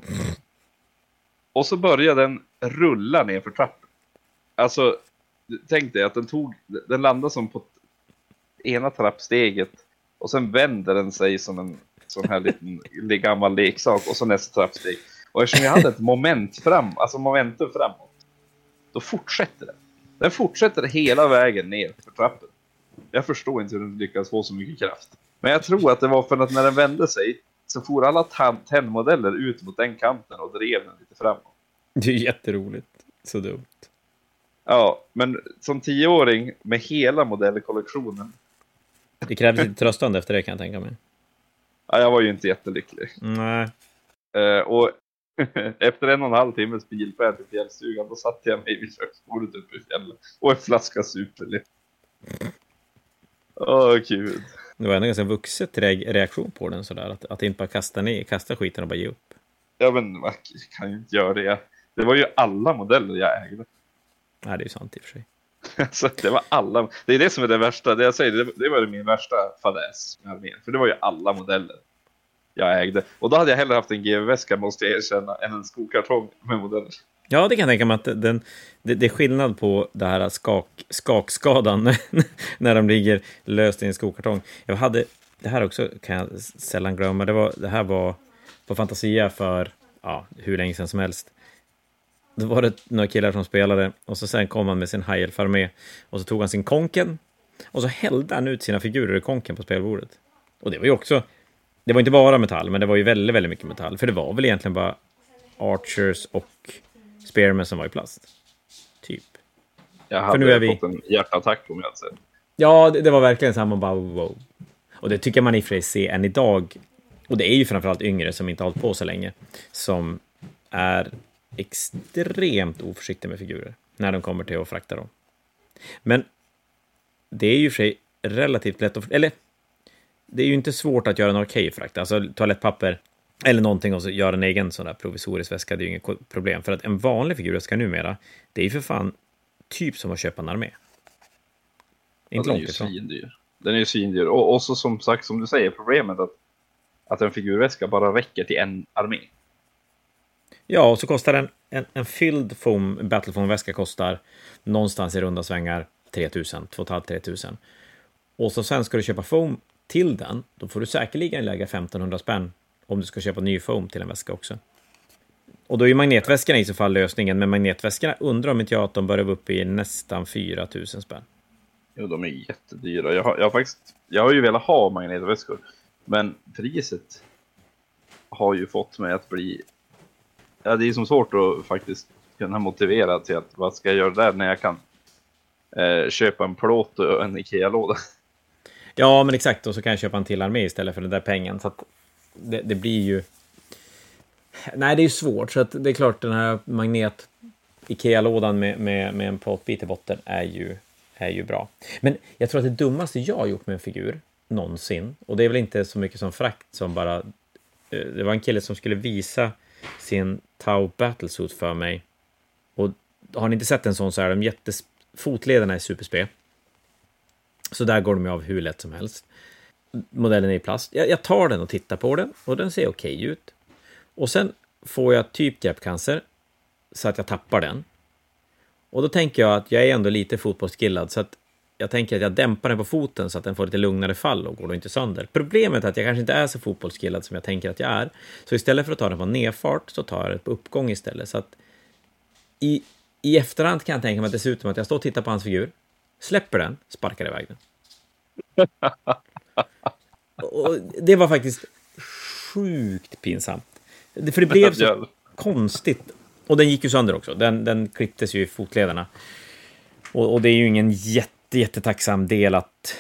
Och så börjar den rulla ner för trappan. Alltså, tänk dig att den landar som på ena trappsteget. Och sen vänder den sig som en sån här liten gammal leksak. Och så nästa trappsteg. Och eftersom jag hade ett momentum framåt. Då fortsätter den. Den fortsätter hela vägen ner för trappen. Jag förstår inte hur den lyckas få så mycket kraft. Men jag tror att det var för att när den vände sig så får alla 10-modeller ut mot den kanten och drev den lite framåt. Det är jätteroligt. Så dumt. Ja, men som 10-åring med hela modellkollektionen. Det krävs lite tröstande efter det, kan jag tänka mig. Ja, jag var ju inte jättelycklig. Nej. Och efter 1,5 timmes bilfärd till fjällstugan, då satt jag mig vid köksbordet uppe i fjällen. Och en flaska superliv. Åh, gud. Det var ändå ganska vuxet reaktion på den sådär. Att inte bara kasta skiten och bara ge upp. Ja, men man kan ju inte göra det. Det var ju alla modeller jag ägde. Nej, det är ju sant i och för sig. Alltså, det var alla. Det är det som är det värsta. Det jag säger, det var min värsta fadäs med armén. För det var ju alla modeller jag ägde. Och då hade jag hellre haft en GV-väska, måste jag erkänna, än en skokartong med modeller. Ja, det kan jag tänka mig att det är skillnad på det här skakskadan när de ligger löst i en skokartong. Jag hade, det här också kan jag sällan glömma, det här var på Fantasia för hur länge sedan som helst. Då var det några killar som spelade och så sen kom han med sin High-Elf-armé och så tog han sin konken och så hällde han ut sina figurer i konken på spelbordet. Och det var ju också, det var inte bara metall, men det var ju väldigt, väldigt mycket metall. För det var väl egentligen bara Archers och Spearmen som var i plast. Typ. Jag hade fått en hjärtattack om jag hade sett. Ja, det var verkligen samma bara wow. Och det tycker man i och för sig ser än idag. Och det är ju framförallt yngre som inte har hållit på så länge. Som är extremt oförsiktiga med figurer när de kommer till att frakta dem. Men det är ju för sig relativt lätt att... Eller, det är ju inte svårt att göra en arcade-frakt. Alltså toalettpapper eller någonting och så göra en egen sån där provisorisk väska. Det är ju inget problem. För att en vanlig figurväska numera, det är ju för fan typ som att köpa en armé. Inte långt ifrån. Den är ju svindyr. Och så som sagt, som du säger, problemet att en figurväska bara räcker till en armé. Ja, och så kostar en fylld foam, Battlefoam-väska kostar någonstans i runda svängar 3000, 2500-3000. Och så sen ska du köpa foam till den, då får du säkerligen lägga 1500 spänn om du ska köpa ny foam till en väska också. Och då är ju magnetväskorna i så fall lösningen, men magnetväskorna undrar om inte jag att de börjar upp i nästan 4000 spänn. Jo, de är jättedyra. Jag har ju velat ha magnetväskor, men priset har ju fått mig att bli... Ja, det är som svårt att faktiskt kunna motivera till att vad ska jag göra där när jag kan köpa en plåt och en Ikea-låda. Ja, men exakt. Och så kan jag köpa en till armé istället för den där pengen. Så att det blir ju... Nej, det är ju svårt. Så att det är klart, den här magnet Ikea-lådan med en plåtbit i botten är ju bra. Men jag tror att det dummaste jag har gjort med en figur någonsin, och det är väl inte så mycket som frakt som bara... Det var en kille som skulle visa sin Tau Battlesuit för mig. Och har ni inte sett en sån så är de fotlederna är superspe. Så där går de av hur lätt som helst. Modellen är i plast. Jag tar den och tittar på den och den ser okej ut. Och sen får jag typ greppcancer så att jag tappar den. Och då tänker jag att jag är ändå lite fotbollsskillad så att jag tänker att jag dämpar den på foten så att den får lite lugnare fall och går då inte sönder. Problemet är att jag kanske inte är så fotbollsskillad som jag tänker att jag är. Så istället för att ta den på nedfart så tar jag den på uppgång istället. Så att i efterhand kan jag tänka mig att det ser ut som att jag står och tittar på hans figur, släpper den, sparkar iväg den. Och det var faktiskt sjukt pinsamt. För det blev så konstigt. Och den gick ju sönder också. Den klipptes ju i fotlederna. Och det är ju ingen jättetacksam del att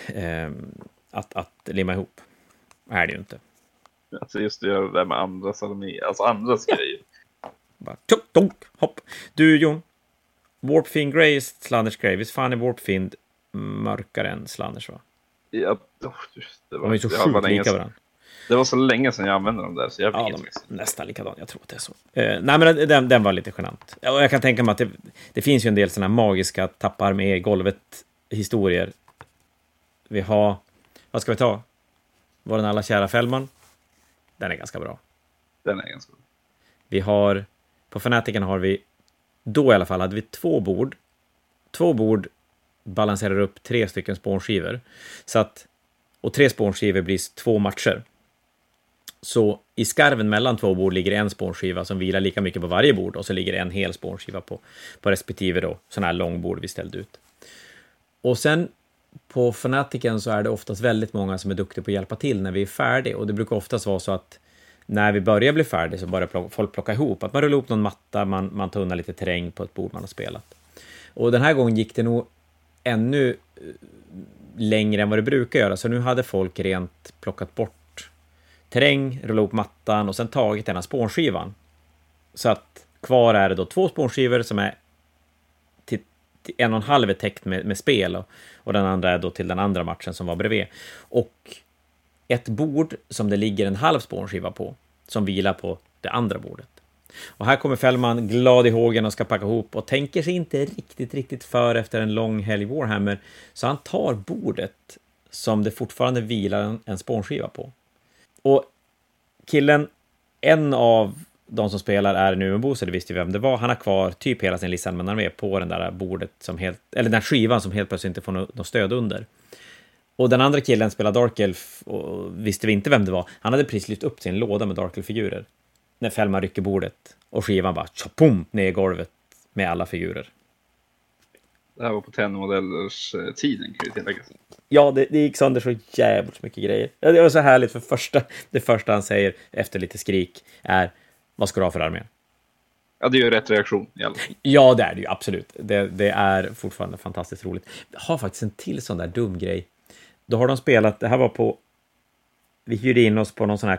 limma ihop. Är det ju inte. Alltså just att göra det där med andras armé, alltså andras grejer. Bara tonk, hopp. Du Jon, Warpfiend Grey, Slanners Grey. Visst fan är Warpfiend mörkare än Slanners, va? Ja, det var ju så sjukt lika varandra. Det var så länge sedan jag använde dem där, så jag vet de är nästan likadan, jag tror att det är så. Nej, men den var lite genant. Och jag kan tänka mig att det finns ju en del sådana magiska tappar med golvet historier. Vi har, vad ska vi ta? Var den alla kära Fällman? Den är ganska bra. Den är ganska bra. Vi har, på Fanatiken har vi, då i alla fall hade vi 2 bord. 2 bord balanserar upp 3 stycken spånskivor. Så att, och 3 spånskivor blir 2 matcher. Så i skarven mellan 2 bord ligger en spånskiva som vilar lika mycket på varje bord. Och så ligger en hel spånskiva på respektive då, sådana här långbord vi ställde ut. Och sen på Fanatiken så är det oftast väldigt många som är duktiga på att hjälpa till när vi är färdiga. Och det brukar oftast vara så att när vi börjar bli färdiga så börjar folk plocka ihop. Att man rullar ihop någon matta, man tar undan lite terräng på ett bord man har spelat. Och den här gången gick det nog ännu längre än vad det brukar göra. Så nu hade folk rent plockat bort terräng, rullat upp mattan och sen tagit den här spånskivan. Så att kvar är det då 2 spånskivor som är till 1,5 är täckt med spel och den andra är då till den andra matchen som var bredvid. Och ett bord som det ligger en halv spånskiva på som vilar på det andra bordet. Och här kommer Fällman glad i hågen och ska packa ihop och tänker sig inte riktigt för efter en lång helg Warhammer. Så han tar bordet som det fortfarande vilar en spånskiva på. Och killen, en av de som spelar är nu en bo, så det visste vi vem det var. Han har kvar typ hela sin lista men han är med på den där bordet som helt, eller den här skivan som helt plötsligt inte får något stöd under. Och den andra killen spelar Dark Elf och visste vi inte vem det var. Han hade precis lyft upp sin låda med Dark Elf-figurer. När Fällman rycker bordet och skivan bara tjopum ner i golvet med alla figurer. Det här var på 10-modellers tiden, kan ju tilläggas. Ja, det gick sönder så jävligt mycket grejer. Det var så härligt för det första han säger efter lite skrik är: vad ska du ha för armé? Ja, det är ju rätt reaktion i alla fall. Ja, det är det ju, absolut. Det är fortfarande fantastiskt roligt. Jag har faktiskt en till sån där dum grej. Då har de spelat, det här var på, vi hyrde in oss på någon sån här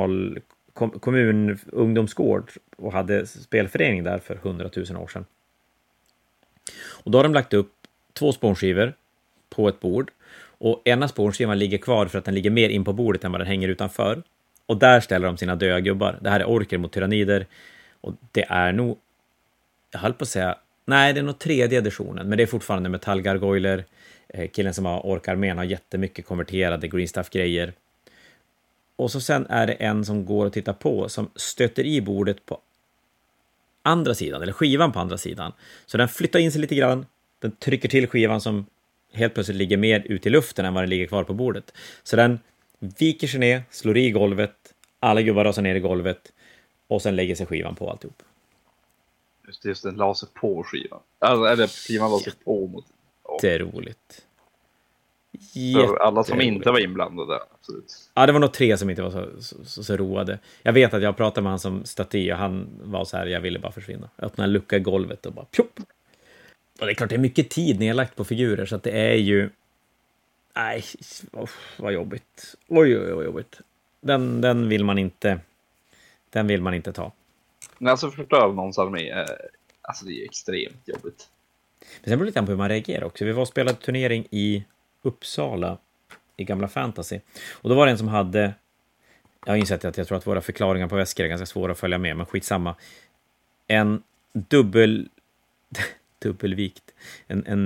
kommunungdomsgård och hade spelförening där för 100 000 år sedan. Och då har de lagt upp 2 spånskivor på ett bord och ena spånskivan ligger kvar för att den ligger mer in på bordet än vad den hänger utanför. Och där ställer de sina döda gubbar. Det här är orker mot tyrannider och det är nog, jag höll på att säga, nej, det är nog 3:e editionen, men det är fortfarande metallgargoyler. Killen som har orkarmén har jättemycket konverterade greenstuff-grejer. Och så sen är det en som går och tittar på som stöter i bordet på andra sidan, eller skivan på andra sidan. Så den flyttar in sig lite grann, den trycker till skivan som helt plötsligt ligger mer ut i luften än vad den ligger kvar på bordet. Så den viker sig ner, slår i golvet, alla gubbar rasar ner i golvet och sen lägger sig skivan på alltihop. Just den la sig på skivan. Alltså, eller skivan la sig på mot. Det är roligt. För alla som inte var inblandade, absolut. Ja, det var nog 3 som inte var så roade. Jag vet att jag pratade med han som staty och han var så här, jag ville bara försvinna. Öppna en lucka i golvet och bara pjopp. Och det är klart, det är mycket tid nedlagt på figurer så att det är ju... Nej, vad jobbigt. Oj, jobbigt. Den vill man inte... Den vill man inte ta. Men alltså förstöra någons armé, alltså det är extremt jobbigt. Men sen beror det lite på hur man reagerar också. Vi var och spelade turnering i Uppsala i gamla fantasy. Och då var det en som hade... Jag har insett att jag tror att våra förklaringar på väskor är ganska svåra att följa med, men skitsamma. En dubbelvikt. En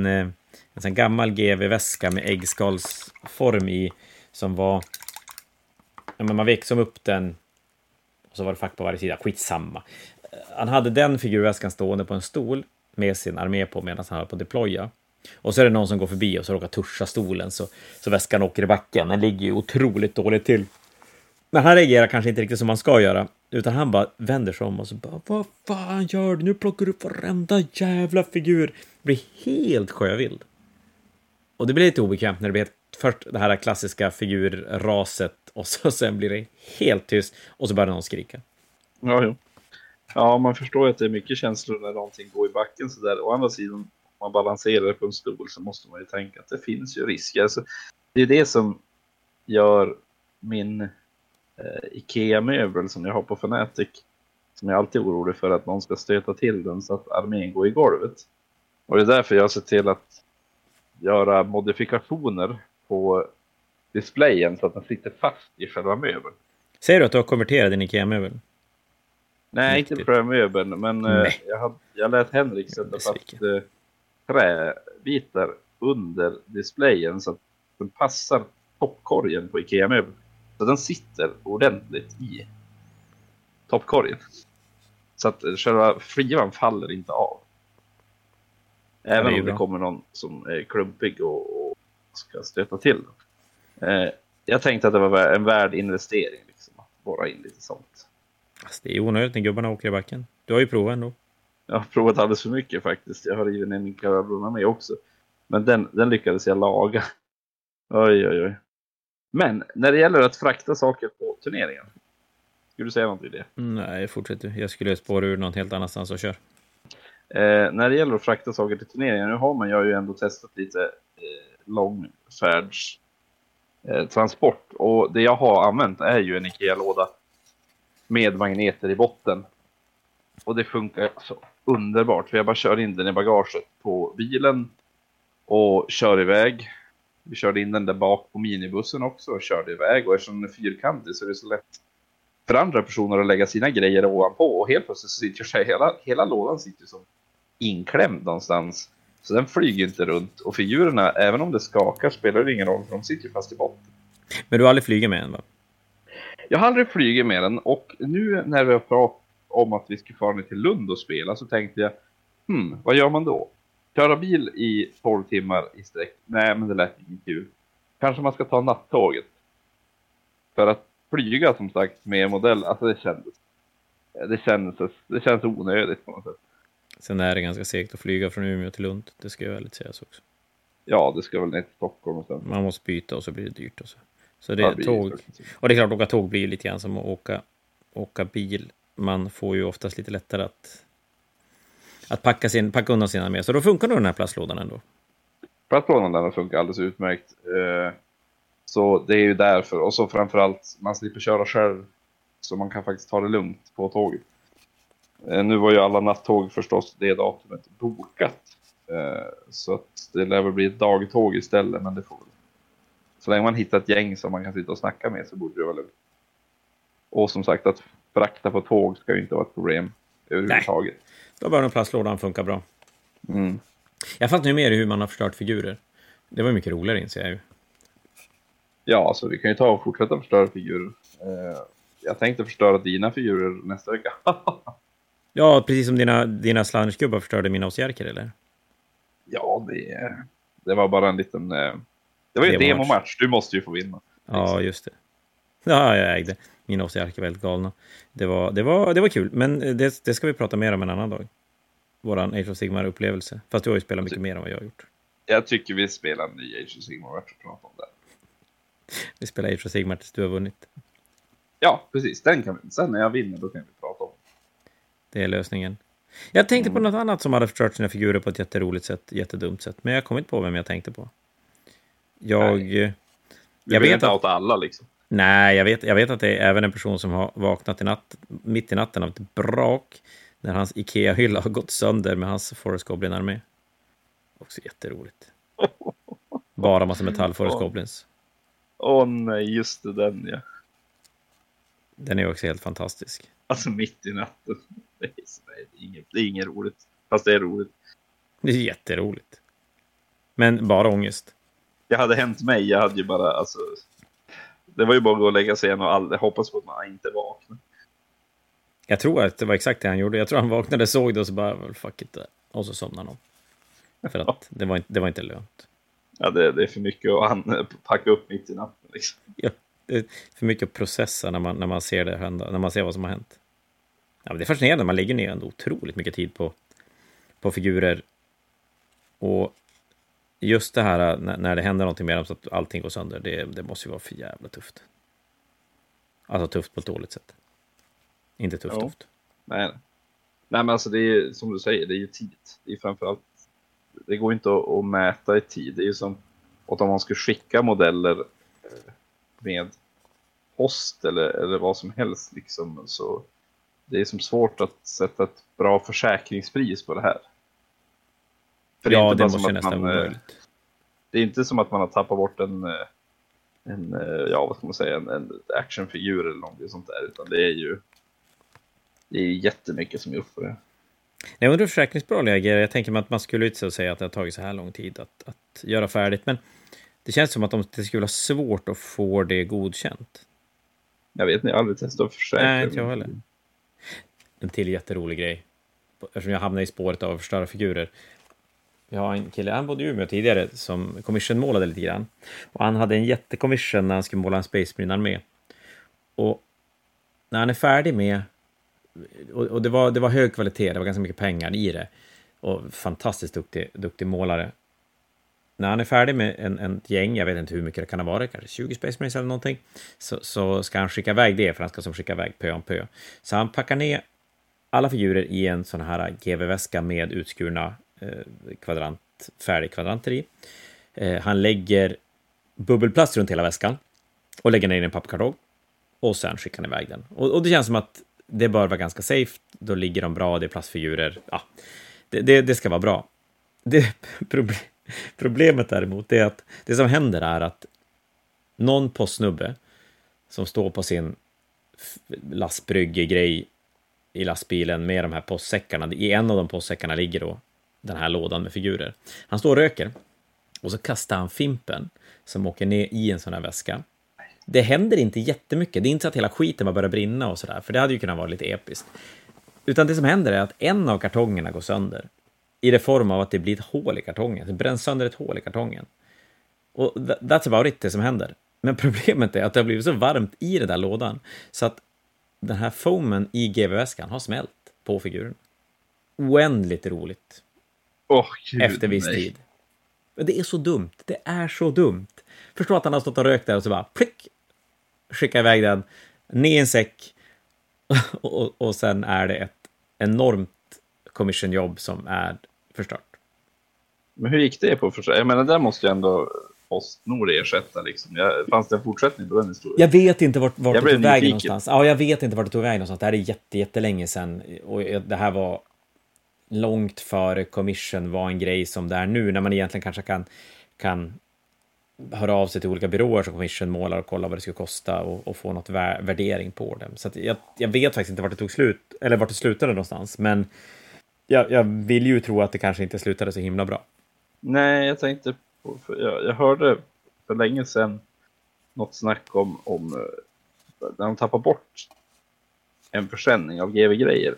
en sån gammal GV-väska med äggskalsform i, som var, ja, men man vek som upp den och så var det fack på varje sida, skitsamma. Han hade den figurväskan stående på en stol med sin armé på medan han höll på att deploya. Och så är det någon som går förbi och så råkar tuscha stolen så väskan åker i backen. Den ligger ju otroligt dåligt till. Men han reagerar kanske inte riktigt som man ska göra, utan han bara vänder sig om och så bara, vad fan gör du? Nu plockar du upp varenda jävla figur. Blir helt sjövild. Och det blir lite obekvämt när det blir först det här klassiska figurraset och så sen blir det helt tyst och så börjar någon skrika. Ja, jo. Ja, man förstår ju att det är mycket känslor när någonting går i backen så där. Å andra sidan, om man balanserar på en stol så måste man ju tänka att det finns ju risker. Alltså, det är det som gör min IKEA-möbel som jag har på Fnatic, som jag alltid är orolig för att någon ska stöta till den så att armén går i golvet. Och det är därför jag ser till att göra modifikationer på displayen så att den sitter fast i själva möbeln. Säger du att du har konverterat din IKEA-möbel? Nej, inte på själva möbeln, men jag lät Henrik sätta fast träbitar under displayen så att den passar toppkorgen på IKEA-möbeln. Så den sitter ordentligt i toppkorgen. Så att själva skivan faller inte av. Även om det kommer någon som är klumpig och ska stöta till. Jag tänkte att det var en värd investering. Liksom, att borra in lite sånt. Alltså, det är onödigt när gubbarna åker i backen. Du har ju provat ändå. Jag har provat alldeles för mycket faktiskt. Jag har rivit en Nicaragua med också. Men den lyckades jag laga. Oj. Men när det gäller att frakta saker på turneringen. Skulle du säga något i det? Nej, fortsätt du. Jag skulle spåra ur något helt annanstans och kör. När det gäller att frakta saker till turneringen. Nu har jag ju ändå testat lite långfärds transport. Och det jag har använt är ju en IKEA-låda med magneter i botten. Och det funkar så underbart. För jag bara kör in den i bagaget på bilen och kör iväg. Vi körde in den där bak på minibussen också och körde iväg. Och eftersom den är fyrkantig så är det så lätt för andra personer att lägga sina grejer ovanpå. Och helt plötsligt så sitter sig hela lådan sitter som inklämd någonstans. Så den flyger inte runt. Och figurerna, även om det skakar, spelar det ingen roll för de sitter ju fast i botten. Men du har aldrig flugit med den, va? Jag har aldrig flugit med den. Och nu när vi har pratat om att vi ska fara ner till Lund och spela så tänkte jag, vad gör man då? Köra bil i 12 timmar i sträck? Nej, men det lät inte kul. Kanske man ska ta nattåget. För att flyga som sagt med modell, alltså det känns onödigt på något sätt. Sen är det ganska segt att flyga från Umeå till Lund. Det ska ju väldigt sägas också. Ja, det ska väl ner till Stockholm och sen. Man måste byta och så blir det dyrt och så. Så det är tåg. Och det är klart att åka tåg blir lite grann som att åka bil. Man får ju oftast lite lättare att packa undan sina med. Så då funkar nog den här plastlådan ändå. Plastlådan den funkar alldeles utmärkt. Så det är ju därför. Och så framförallt, man slipper köra själv. Så man kan faktiskt ta det lugnt på tåget. Nu var ju alla nattåg förstås det datumet bokat. Så att det lär väl bli ett dagtåg istället. Men det får väl. Så länge man hittar ett gäng som man kan sitta och snacka med så borde det vara lugnt. Och som sagt, att frakta på tåg ska ju inte vara ett problem överhuvudtaget. Nej, då bör den plastlådan funka bra. Mm. Jag fattar nu mer hur man har förstört figurer. Det var mycket roligare, inser jag ju. Ja, så vi kan ju ta och fortsätta förstöra figurer. Jag tänkte förstöra dina figurer nästa vecka. Ja, precis som dina slandersgubbar förstörde mina osjärker, eller? Ja, det var bara en liten... Det var ju en demomatch, du måste ju få vinna. Ja, just det. Ja, jag ägde. Mina osjärker är väldigt galna. Det var kul, men det ska vi prata mer om en annan dag. Våran Age of Sigmar-upplevelse. Fast du har ju spelat mycket mer än vad jag har gjort. Jag tycker vi spelar en ny Age of Sigmar-match och pratar om det. Vi spelar Age of Sigmar tills du har vunnit. Ja, precis. Sen när jag vinner, då kan vi prata om. Det är lösningen. Jag tänkte på något annat som hade förstört sina figurer på ett jätteroligt sätt, jättedumt sätt. Men jag kom inte på vem jag tänkte på. Jag vet inte åt alla liksom. Nej, jag vet att det är även en person som har vaknat mitt i natten av ett brak när hans IKEA-hylla har gått sönder med hans Forest Goblin-armé. Också jätteroligt. Bara massa metall Forest Goblins. Nej, just det, den ja. Den är också helt fantastisk. Alltså mitt i natten. Det är inget roligt. Fast det är roligt. Det är jätteroligt. Men bara ångest. Det hade hänt mig, jag hade ju bara, alltså, det var ju bara att gå och lägga sig igen och jag hoppas på att man inte vaknar. Jag tror att det var exakt det han gjorde. Jag tror han vaknade, såg det och så bara, well, fuck it. Och så somnade han. För att det var inte lönt. Ja, det är för mycket att packa upp mitt i natten. Liksom. Ja, det är för mycket att processa när man ser det hända, när man ser vad som har hänt. Ja, men det är fascinerande, man lägger ner ändå otroligt mycket tid på figurer. Och just det här när det händer någonting med dem så att allting går sönder, det måste ju vara för jävla tufft. Alltså tufft på ett dåligt sätt. Inte tufft. Nej, men alltså det är som du säger, det är ju tid. Det är framförallt, det går inte att mäta i tid. Det är ju som att om man ska skicka modeller med post eller vad som helst liksom, så det är som svårt att sätta ett bra försäkringspris på det här. För det är inte det bara måste som nästan att vara man, möjligt. det är inte som att man har tappat bort en vad ska man säga, en actionfigur eller någonting sånt där, utan det är jättemycket som är upp för det. Jag undrar hur försäkringsbolag reagerar. Jag tänker mig att man skulle inte säga att det har tagit så här lång tid att göra färdigt, men det känns som att det skulle vara svårt att få det godkänt. Jag vet inte, jag har aldrig testat att försäkra. Nej, inte jag heller. En till jätterolig grej. Eftersom jag hamnade i spåret av att förstöra figurer. Jag har en kille, han bodde i Umeå tidigare, som commission-målade lite grann. Och han hade en jättekommission när han skulle måla en Space Marine-armé. Och när han är färdig med... Och det var hög kvalitet, det var ganska mycket pengar i det. Och fantastiskt duktig målare. När han är färdig med en gäng, jag vet inte hur mycket det kan ha varit, kanske 20 Space Marines eller någonting, så ska han skicka iväg det, för han ska som skicka iväg pö om pö. Så han packar alla figurer i en sån här GV-väska med utskurna färdigkvadranter i. Han lägger bubbelplast runt hela väskan och lägger ner i en pappkartong och sen skickar han iväg den. Och det känns som att det bör vara ganska safe, då ligger de bra, det är plastfigurer, ja, det ska vara bra. Problemet däremot är att det som händer är att någon postsnubbe som står på sin lastbryggegrej i lastbilen med de här postsäckarna, i en av de postsäckarna ligger då den här lådan med figurer. Han står och röker och så kastar han fimpen som åker ner i en sån här väska. Det händer inte jättemycket, det är inte så att hela skiten bara börjar brinna och sådär, för det hade ju kunnat vara lite episkt. Utan det som händer är att en av kartongerna går sönder i det form av att det blir ett hål i kartongen. Det bränns sönder ett hål i kartongen. Och that's about it, det som händer. Men problemet är att det har blivit så varmt i den där lådan så att den här foamen i GV-väskan har smält på figuren. Oändligt roligt. Gud, efter viss tid. Men det är så dumt. Det är så dumt. Förstå att han har stått och rökt där och så bara plick, skicka iväg den ner i en säck och sen är det ett enormt commissionjobb som är förstört. Men hur gick det på försäkring? Jag menar, där måste ju ändå Postnord ersätta liksom. Fanns det en fortsättning på den historien? Jag vet inte vart det tog vägen någonstans. Ja, jag vet inte vart det tog vägen någonstans. Det här är jättelänge sedan. Och det här var långt före commission var en grej som det är nu. När man egentligen kanske kan höra av sig till olika byråer som commission målar och kolla vad det skulle kosta och få något värdering på dem. Så att jag vet faktiskt inte vart det tog slut. Eller vart det slutade någonstans. Men jag vill ju tro att det kanske inte slutade så himla bra. Nej, jag tänkte på, jag hörde för länge sedan något snack om när de tappar bort en försäljning av GV-grejer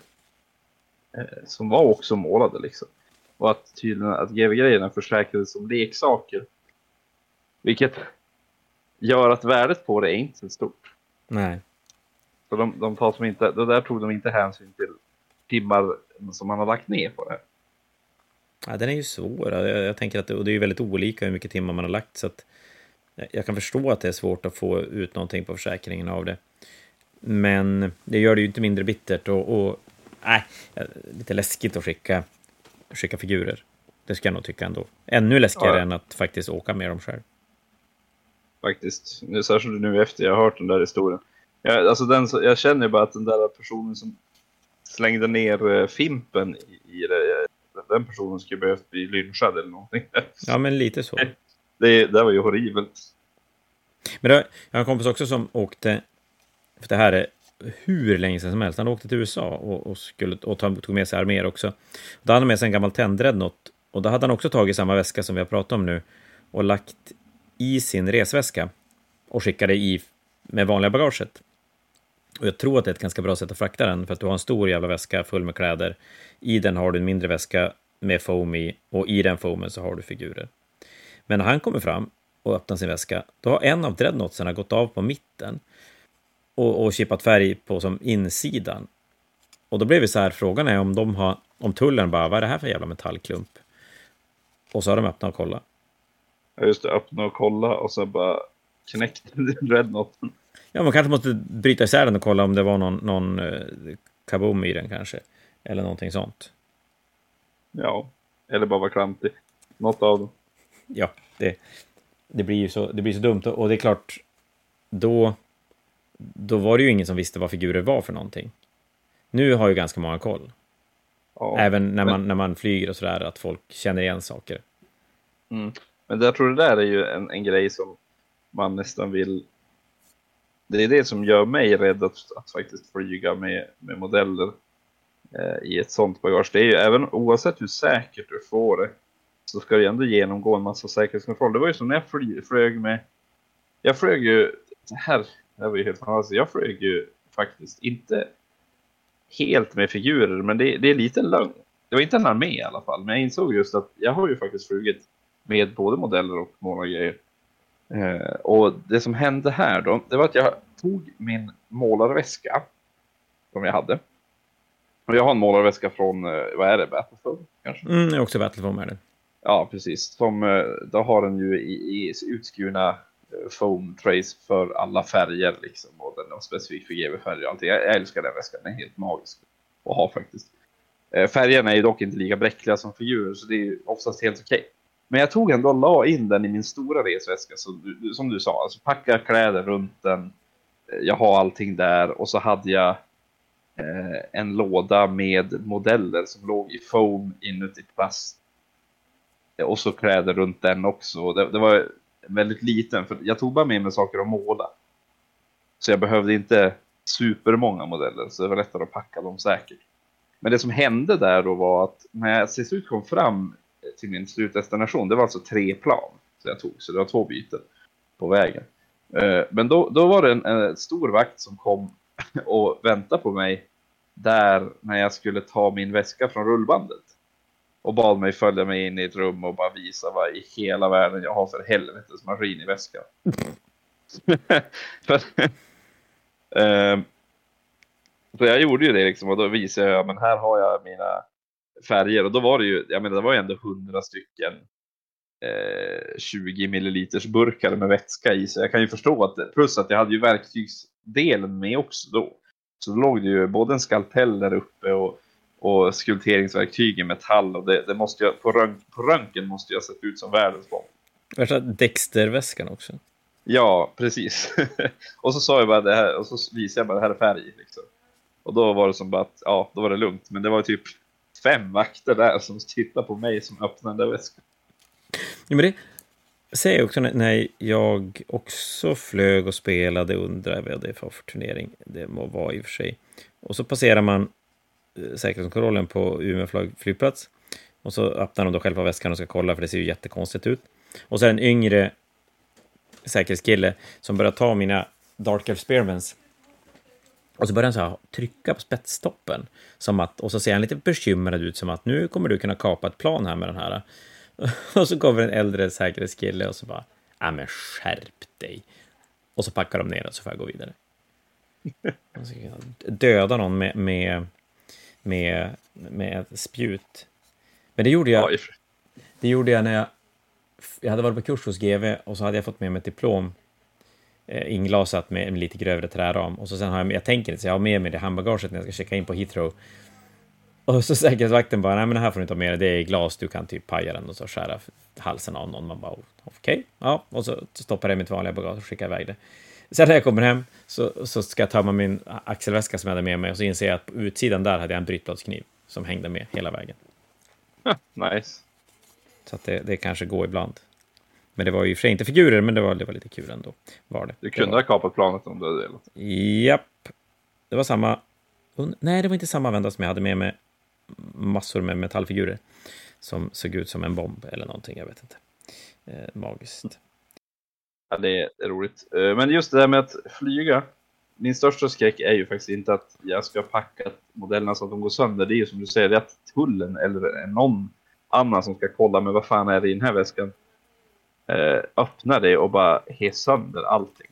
som var också målade liksom. Och att tydligen att GV-grejerna försäkrades som leksaker. Vilket gör att värdet på det är inte så stort. Nej. Så de tar som inte, det där tog de inte hänsyn till timmar som man har lagt ner på det. Ja, den är ju svår. Jag tänker att det är ju väldigt olika hur mycket timmar man har lagt, så att jag kan förstå att det är svårt att få ut någonting på försäkringen av det. Men det gör det ju inte mindre bittert och lite läskigt att skicka figurer. Det ska jag nog tycka ändå. Ännu läskigare än att faktiskt åka med dem själv. Faktiskt. Särskilt nu efter jag har hört den där historien. Jag känner bara att den där personen som slängde ner fimpen i det, den personen skulle behövt bli lynchad eller någonting. Ja, men lite så. Det var ju horribelt. Men jag har en kompis också som åkte, för det här är hur länge sedan som helst, han åkte till USA och tog med sig arméer också. Då hade han med sig en gammal Tendreadnought Och då hade han också tagit samma väska som vi har pratat om nu och lagt i sin resväska och skickade i med vanliga bagaget. Och jag tror att det är ett ganska bra sätt att frakta den, för att du har en stor jävla väska full med kläder. I den har du en mindre väska med foam i, och i den foamen så har du figurer. Men när han kommer fram och öppnar sin väska, då har en av dreadnoughtsarna gått av på mitten och chippat färg på som insidan. Och då blev vi så här, frågan är om tullen bara, vad är det här för jävla metallklump? Och så har de öppnat och kollat. Ja, just det, öppna och kolla och så bara knäckte dreadnoughten. Ja, man kanske måste bryta isär den och kolla om det var någon kaboom i den kanske. Eller någonting sånt. Ja, eller bara var klantig. Något av dem. Ja, det blir ju så dumt. Och det är klart, då var det ju ingen som visste vad figurer var för någonting. Nu har ju ganska många koll. Ja, även när man flyger och sådär, att folk känner igen saker. Mm. Men jag tror det där är ju en grej som man nästan vill... Det är det som gör mig rädd att faktiskt flyga med modeller i ett sånt bagage. Det är ju, även oavsett hur säkert du får det, så ska du ändå genomgå en massa säkerhetskontroll. Det var ju som när jag flög med... Jag flög ju... Det var ju helt fantastiskt. Jag flög ju faktiskt inte helt med figurer, men det är lite lögn. Det var inte en armé i alla fall, men jag insåg just att jag har ju faktiskt flugit med både modeller och målargrejer. Och det som hände här då, det var att jag tog min målarväska som jag hade. Och jag har en målarväska från, vad är det, Battlefield kanske? Det är också Battlefield med det. Ja, precis. Då har den ju i utskurna foam trays för alla färger liksom, och den är specifik för GB-färger och allting. Jag älskar den väskan, den är helt magisk att ha faktiskt. Färgerna är ju dock inte lika bräckliga som figurer, så det är ju oftast helt okej. Men jag tog ändå och la in den i min stora resväska, så, som du sa, alltså packa kläder runt den. Jag har allting där, och så hade jag en låda med modeller som låg i foam inuti plast. Och så kläder runt den också. Det var väldigt liten, för jag tog bara med mig saker att måla. Så jag behövde inte supermånga modeller, så det var lättare att packa dem säkert. Men det som hände där då var att när jag till slut kom fram till min slutdestination, det var alltså 3 plan så jag tog, så det var 2 byten på vägen. Men då var det en stor vakt som kom och väntade på mig där när jag skulle ta min väska från rullbandet. Och bad mig följa mig in i ett rum och bara visa vad i hela världen jag har för helvetes maskin i väskan. Så jag gjorde ju det liksom, och då visade jag, men här har jag mina färger. Och då var det ju, jag menar, det var ju ändå 100 stycken 20 milliliters burkar med vätska i. Så jag kan ju förstå att, plus att jag hade ju verktygsdelen med också då. Så då låg det ju både en skalpell där uppe och skulpteringsverktyg i metall, och det måste jag, på röntgen måste jag sett ut som världens bomb. Värsta Dexter-väskan också. Ja, precis. Och så sa jag bara det här, och så visade jag bara det här är färg liksom. Och då var det som bara att, ja, då var det lugnt. Men det var typ 5 vakter där som tittade på mig som öppnade väskan. Ja, men det säger jag också när jag också flög och spelade, undrar vad det är för turnering. Det må vara i och för sig. Och så passerar man säkerhetskontrollen på Umeå flygplats. Och så öppnar de då själva väskan och ska kolla, för det ser ju jättekonstigt ut. Och så är en yngre säkerhetskille som börjar ta mina Dark Elf Spearmans. Och så börjar han så här trycka på spetstoppen. Som att, och så ser han lite bekymrad ut, som att nu kommer du kunna kapa ett plan här med den här. Och så kommer en äldre säkerhetskille och så bara, men skärp dig. Och så packar de ner och så får jag gå vidare. Och så döda någon med ett spjut. Men det gjorde jag när jag hade varit på kurs hos GV, och så hade jag fått med mig ett diplom inglasat med en lite grövre träram, och så sen har jag tänker inte, så jag har med mig det handbagaget när jag ska checka in på Heathrow, och så säkerhetsvakten bara, nej men det här får du inte ha med dig, det är glas, du kan typ paja den och så skära halsen av någon. Man bara, okej, ja, och så stoppar jag mitt vanliga bagage och skickar iväg det. Sen när jag kommer hem så ska jag ta med min axelväska som jag hade med mig, och så inser jag att på utsidan där hade jag en brytbladskniv som hängde med hela vägen. Nice. Så att det kanske går ibland. Men det var ju för sig inte figurer, men det var lite kul ändå. Var det. Du kunde ha kapat planet om du hade delat. Japp. Det var samma... Nej, det var inte samma vända som jag hade med mig massor med metallfigurer. som såg ut som en bomb eller någonting, jag vet inte. Magiskt. Ja, det är roligt. Men just det där med att flyga, min största skräck är ju faktiskt inte att jag ska packa modellerna så att de går sönder. Det är ju som du säger, det är att tullen eller någon annan som ska kolla med vad fan är det i den här väskan öppnar det och bara ger sönder allting.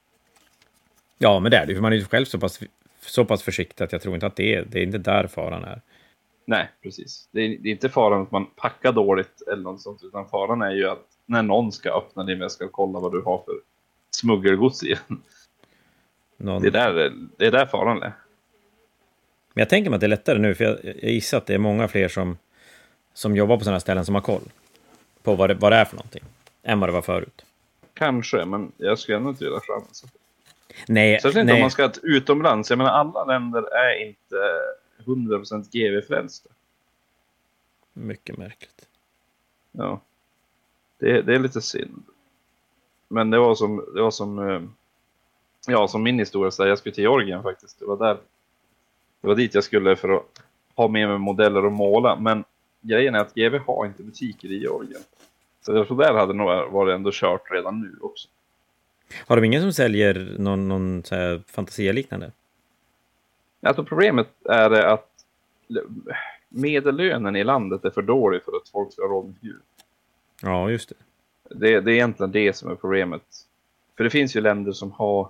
Ja, men det är det. För man är ju själv så pass försiktig att jag tror inte att det är inte där faran är. Nej, precis. Det är inte faran att man packar dåligt eller något sånt, utan faran är ju att när någon ska öppna din väska och kolla vad du har för smuggelgods i den. Det är där faran är. Men jag tänker mig att det är lättare nu, för jag gissar att det är många fler som jobbar på sådana ställen som har koll på vad det är för någonting, än vad det var förut. Kanske, men jag skulle ändå inte göra fram så. Nej, så jag tror inte om man ska utomlands. Jag menar, alla länder är inte 100% GV-frälsta. Mycket märkligt. Ja. Det är lite synd. Men det var som min historia, så jag skulle till Georgien faktiskt. Det var dit jag skulle för att ha med mig modeller och måla. Men grejen är att GV har inte butiker i Georgien. Så jag tror där hade nog varit ändå kört redan nu också. Har de ingen som säljer någon så här fantasia-liknande? Alltså problemet är att medellönen i landet är för dålig för att folk ska ha råd med djur. Ja, just det. Det är egentligen det som är problemet. För det finns ju länder som har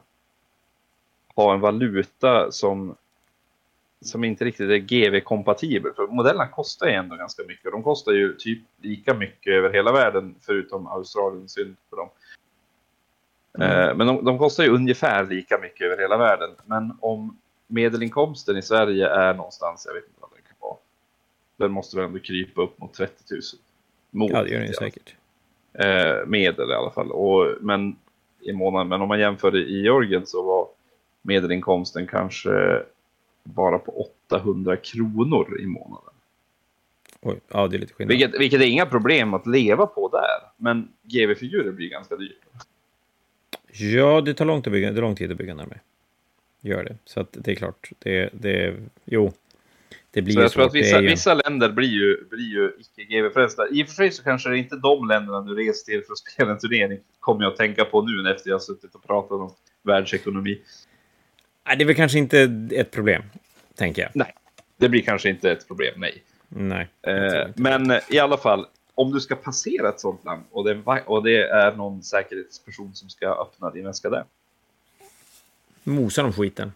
en valuta som inte riktigt är GV-kompatibel. För modellerna kostar ju ändå ganska mycket. De kostar ju typ lika mycket över hela världen, förutom Australien, synd för dem. Men de kostar ju ungefär lika mycket över hela världen. Men om medelinkomsten i Sverige är någonstans, jag vet inte vad den kan vara. Den måste väl ändå krypa upp mot 30 000. Ja, det gör den ju säkert. Medel i alla fall. Men i månaden. Men om man jämför i Georgien så var medelinkomsten kanske bara på 800 kronor i månaden. Oj, ja, det är lite skillnad. Vilket är inga problem att leva på där. Men GV-figurer blir ganska dyrt. Ja, det tar lång tid att bygga närmare. Gör det. Så att det är klart. Det blir så ju jag tror att ju... vissa länder blir ju icke-GV-frälsta. I och för sig så kanske det inte är de länderna du reser till för att spela en turnering. Kommer jag att tänka på nu efter jag har suttit och pratat om världsekonomi. Nej, det är väl kanske inte ett problem, tänker jag. Nej, det blir kanske inte ett problem, nej. Nej. Men i alla fall, om du ska passera ett sånt land och det är någon säkerhetsperson som ska öppna din väska där. Mosa de skiten.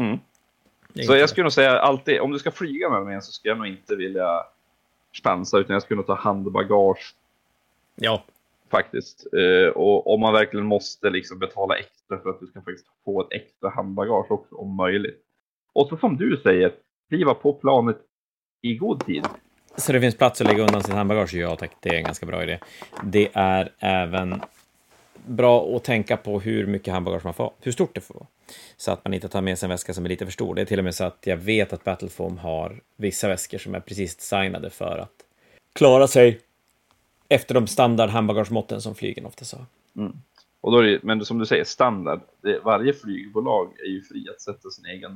Så jag skulle nog säga alltid, om du ska flyga med mig så ska jag nog inte vilja chansa, utan jag skulle nog ta handbagage. Ja. Faktiskt. Och om man verkligen måste liksom betala extra för att du ska faktiskt få ett extra handbagage också, om möjligt. Och så som du säger, kliva på planet i god tid. Så det finns plats att lägga undan sitt handbagage? Ja tack, det är en ganska bra idé. Det är även bra att tänka på hur mycket handbagage man får, hur stort det får vara. Så att man inte tar med sig en väska som är lite för stor. Det är till och med så att jag vet att Battlefoam har vissa väskor som är precis designade för att klara sig efter de standard handbagagemåtten som flygen ofta har. Och då är det, men som du säger, standard. Varje flygbolag är ju fri att sätta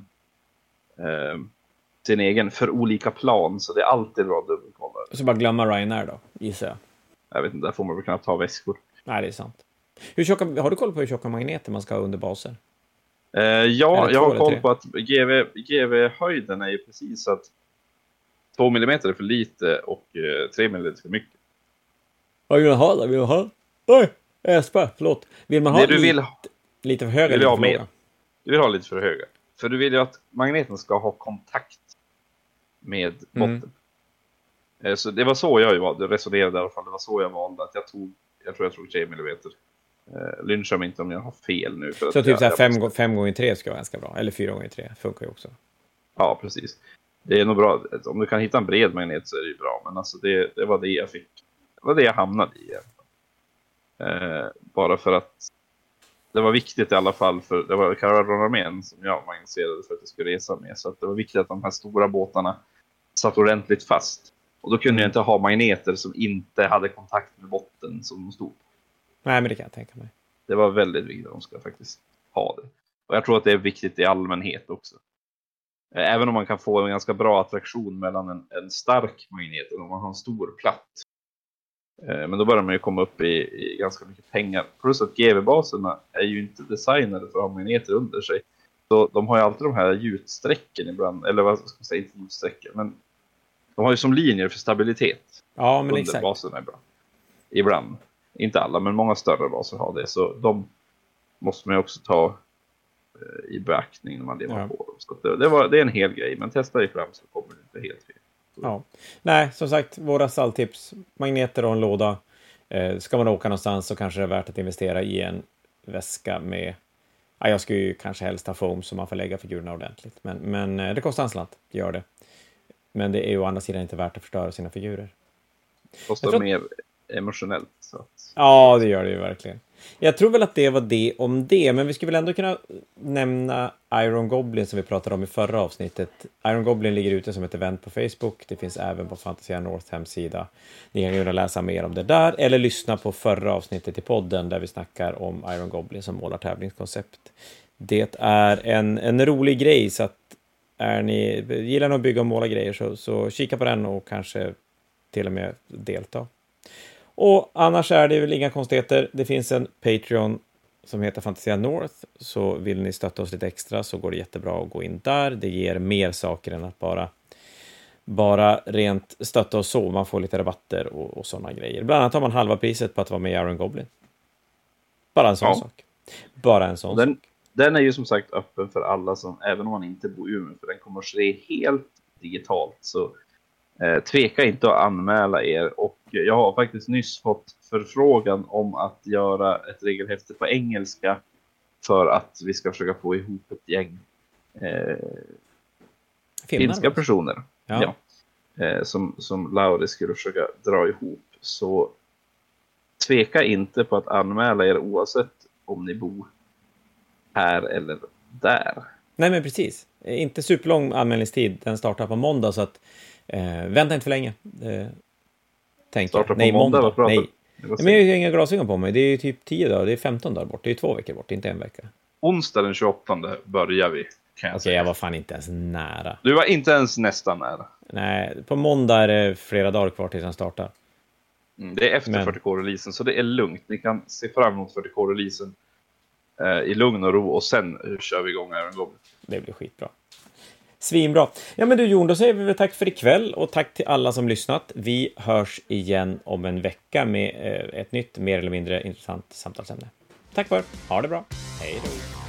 sin egen för olika plan. Så det är alltid bra att dubbelkolla. Så bara glömma Ryanair då, gissar jag. Jag vet inte, där får man väl kunna ta väskor. Nej, det är sant. Har du koll på hur tjocka magneter man ska ha under baser? Ja, jag har koll på att GV-höjden är ju precis att 2 mm är för lite och 3 mm är för mycket. Vad vill du ha då? Vill du ha? Oj, Espa, förlåt. Vill man ha lite för höga eller för låga? Du vill ha lite för höga. För du vill ju att magneten ska ha kontakt med botten. Så det var så jag resonerade i alla fall. Det var så jag valde att jag tror 3 mm. Lyncha mig inte om jag har fel nu. För så att typ 5x3 ska vara ganska bra. Eller 4x3 funkar ju också. Ja, precis. Det är nog bra. Om du kan hitta en bred magnet så är det ju bra. Men alltså det var det jag fick. Det var det jag hamnade i. Bara för att det var viktigt i alla fall. För det var Caravane som jag magnetiserade för att jag skulle resa med. Så att det var viktigt att de här stora båtarna satt ordentligt fast. Och då kunde jag inte ha magneter som inte hade kontakt med botten som de stod. Nej, men det kan jag tänka mig. Det var väldigt viktigt att de ska faktiskt ha det. Och jag tror att det är viktigt i allmänhet också. Även om man kan få en ganska bra attraktion mellan en stark magnet och om man har en stor platt. Men då börjar man ju komma upp i ganska mycket pengar. Plus att GV-baserna är ju inte designade för att ha magneter under sig. Så de har ju alltid de här gjutsträcken ibland. Eller vad ska man säga, inte gjutsträcken. Men de har ju som linjer för stabilitet. Ja, men under exakt. baserna ibland. Inte alla, men många större baser har det. Så de måste man ju också ta i beaktning när man lever på dem. Så det är en hel grej. Men testa dig fram så kommer det inte helt fel. Ja. Nej, som sagt, våra stalltips. Magneter och en låda. Ska man åka någonstans så kanske det är värt att investera i en väska med... Ja, jag skulle ju kanske helst ha foam så man får lägga figurerna ordentligt. Men det kostar en slant, gör det. Men det är ju å andra sidan inte värt att förstöra sina figurer. Det kostar mer emotionellt. Så att... Ja, det gör det ju verkligen. Jag tror väl att det var det om det, men vi skulle väl ändå kunna nämna Iron Goblin som vi pratade om i förra avsnittet. Iron Goblin ligger ute som ett event på Facebook. Det finns även på Fantasia North hemsida. Ni kan ju läsa mer om det där eller lyssna på förra avsnittet i podden där vi snackar om Iron Goblin som målartävlingskoncept. Det är en rolig grej, så att gillar ni att bygga och måla grejer så kika på den och kanske till och med delta. Och annars är det väl inga konstigheter. Det finns en Patreon som heter Fantasia North. Så vill ni stötta oss lite extra så går det jättebra att gå in där. Det ger mer saker än att bara rent stötta oss så. Man får lite rabatter och sådana grejer. Bland annat har man halva priset på att vara med i Iron Goblin. Bara en sån sak. Bara en sån sak. Den är ju som sagt öppen för alla som, även om man inte bor i Umeå, för den kommer att ske helt digitalt. Så tveka inte att anmäla er. Och jag har faktiskt nyss fått förfrågan om att göra ett regelhäfte på engelska för att vi ska försöka få ihop ett gäng finska personer. Ja. Som Lauri skulle försöka dra ihop. Så tveka inte på att anmäla er oavsett om ni bor här eller där. Nej, men precis. Inte superlång anmälningstid. Den startar på måndag, så att vänta inte för länge. Startar på måndag? Nej. Men jag har ju inga glasögon på mig. Det är ju typ 10 dagar. Det är 15 dagar bort. Det är 2 veckor bort, inte en vecka. Onsdag den 28 börjar vi. Okej, jag var fan inte ens nära. Du var inte ens nästan nära. Nej, på måndag är det flera dagar kvar tills den startar. Det är efter 40K-releasen, så det är lugnt. Ni kan se fram emot 40K-releasen i lugn och ro, och sen kör vi igång Iron Goblin. Det blir skitbra. Svinbra. Ja, men du Jon, då säger vi väl tack för ikväll och tack till alla som lyssnat. Vi hörs igen om en vecka med ett nytt, mer eller mindre intressant samtalsämne. Tack för. Ha det bra. Hej då.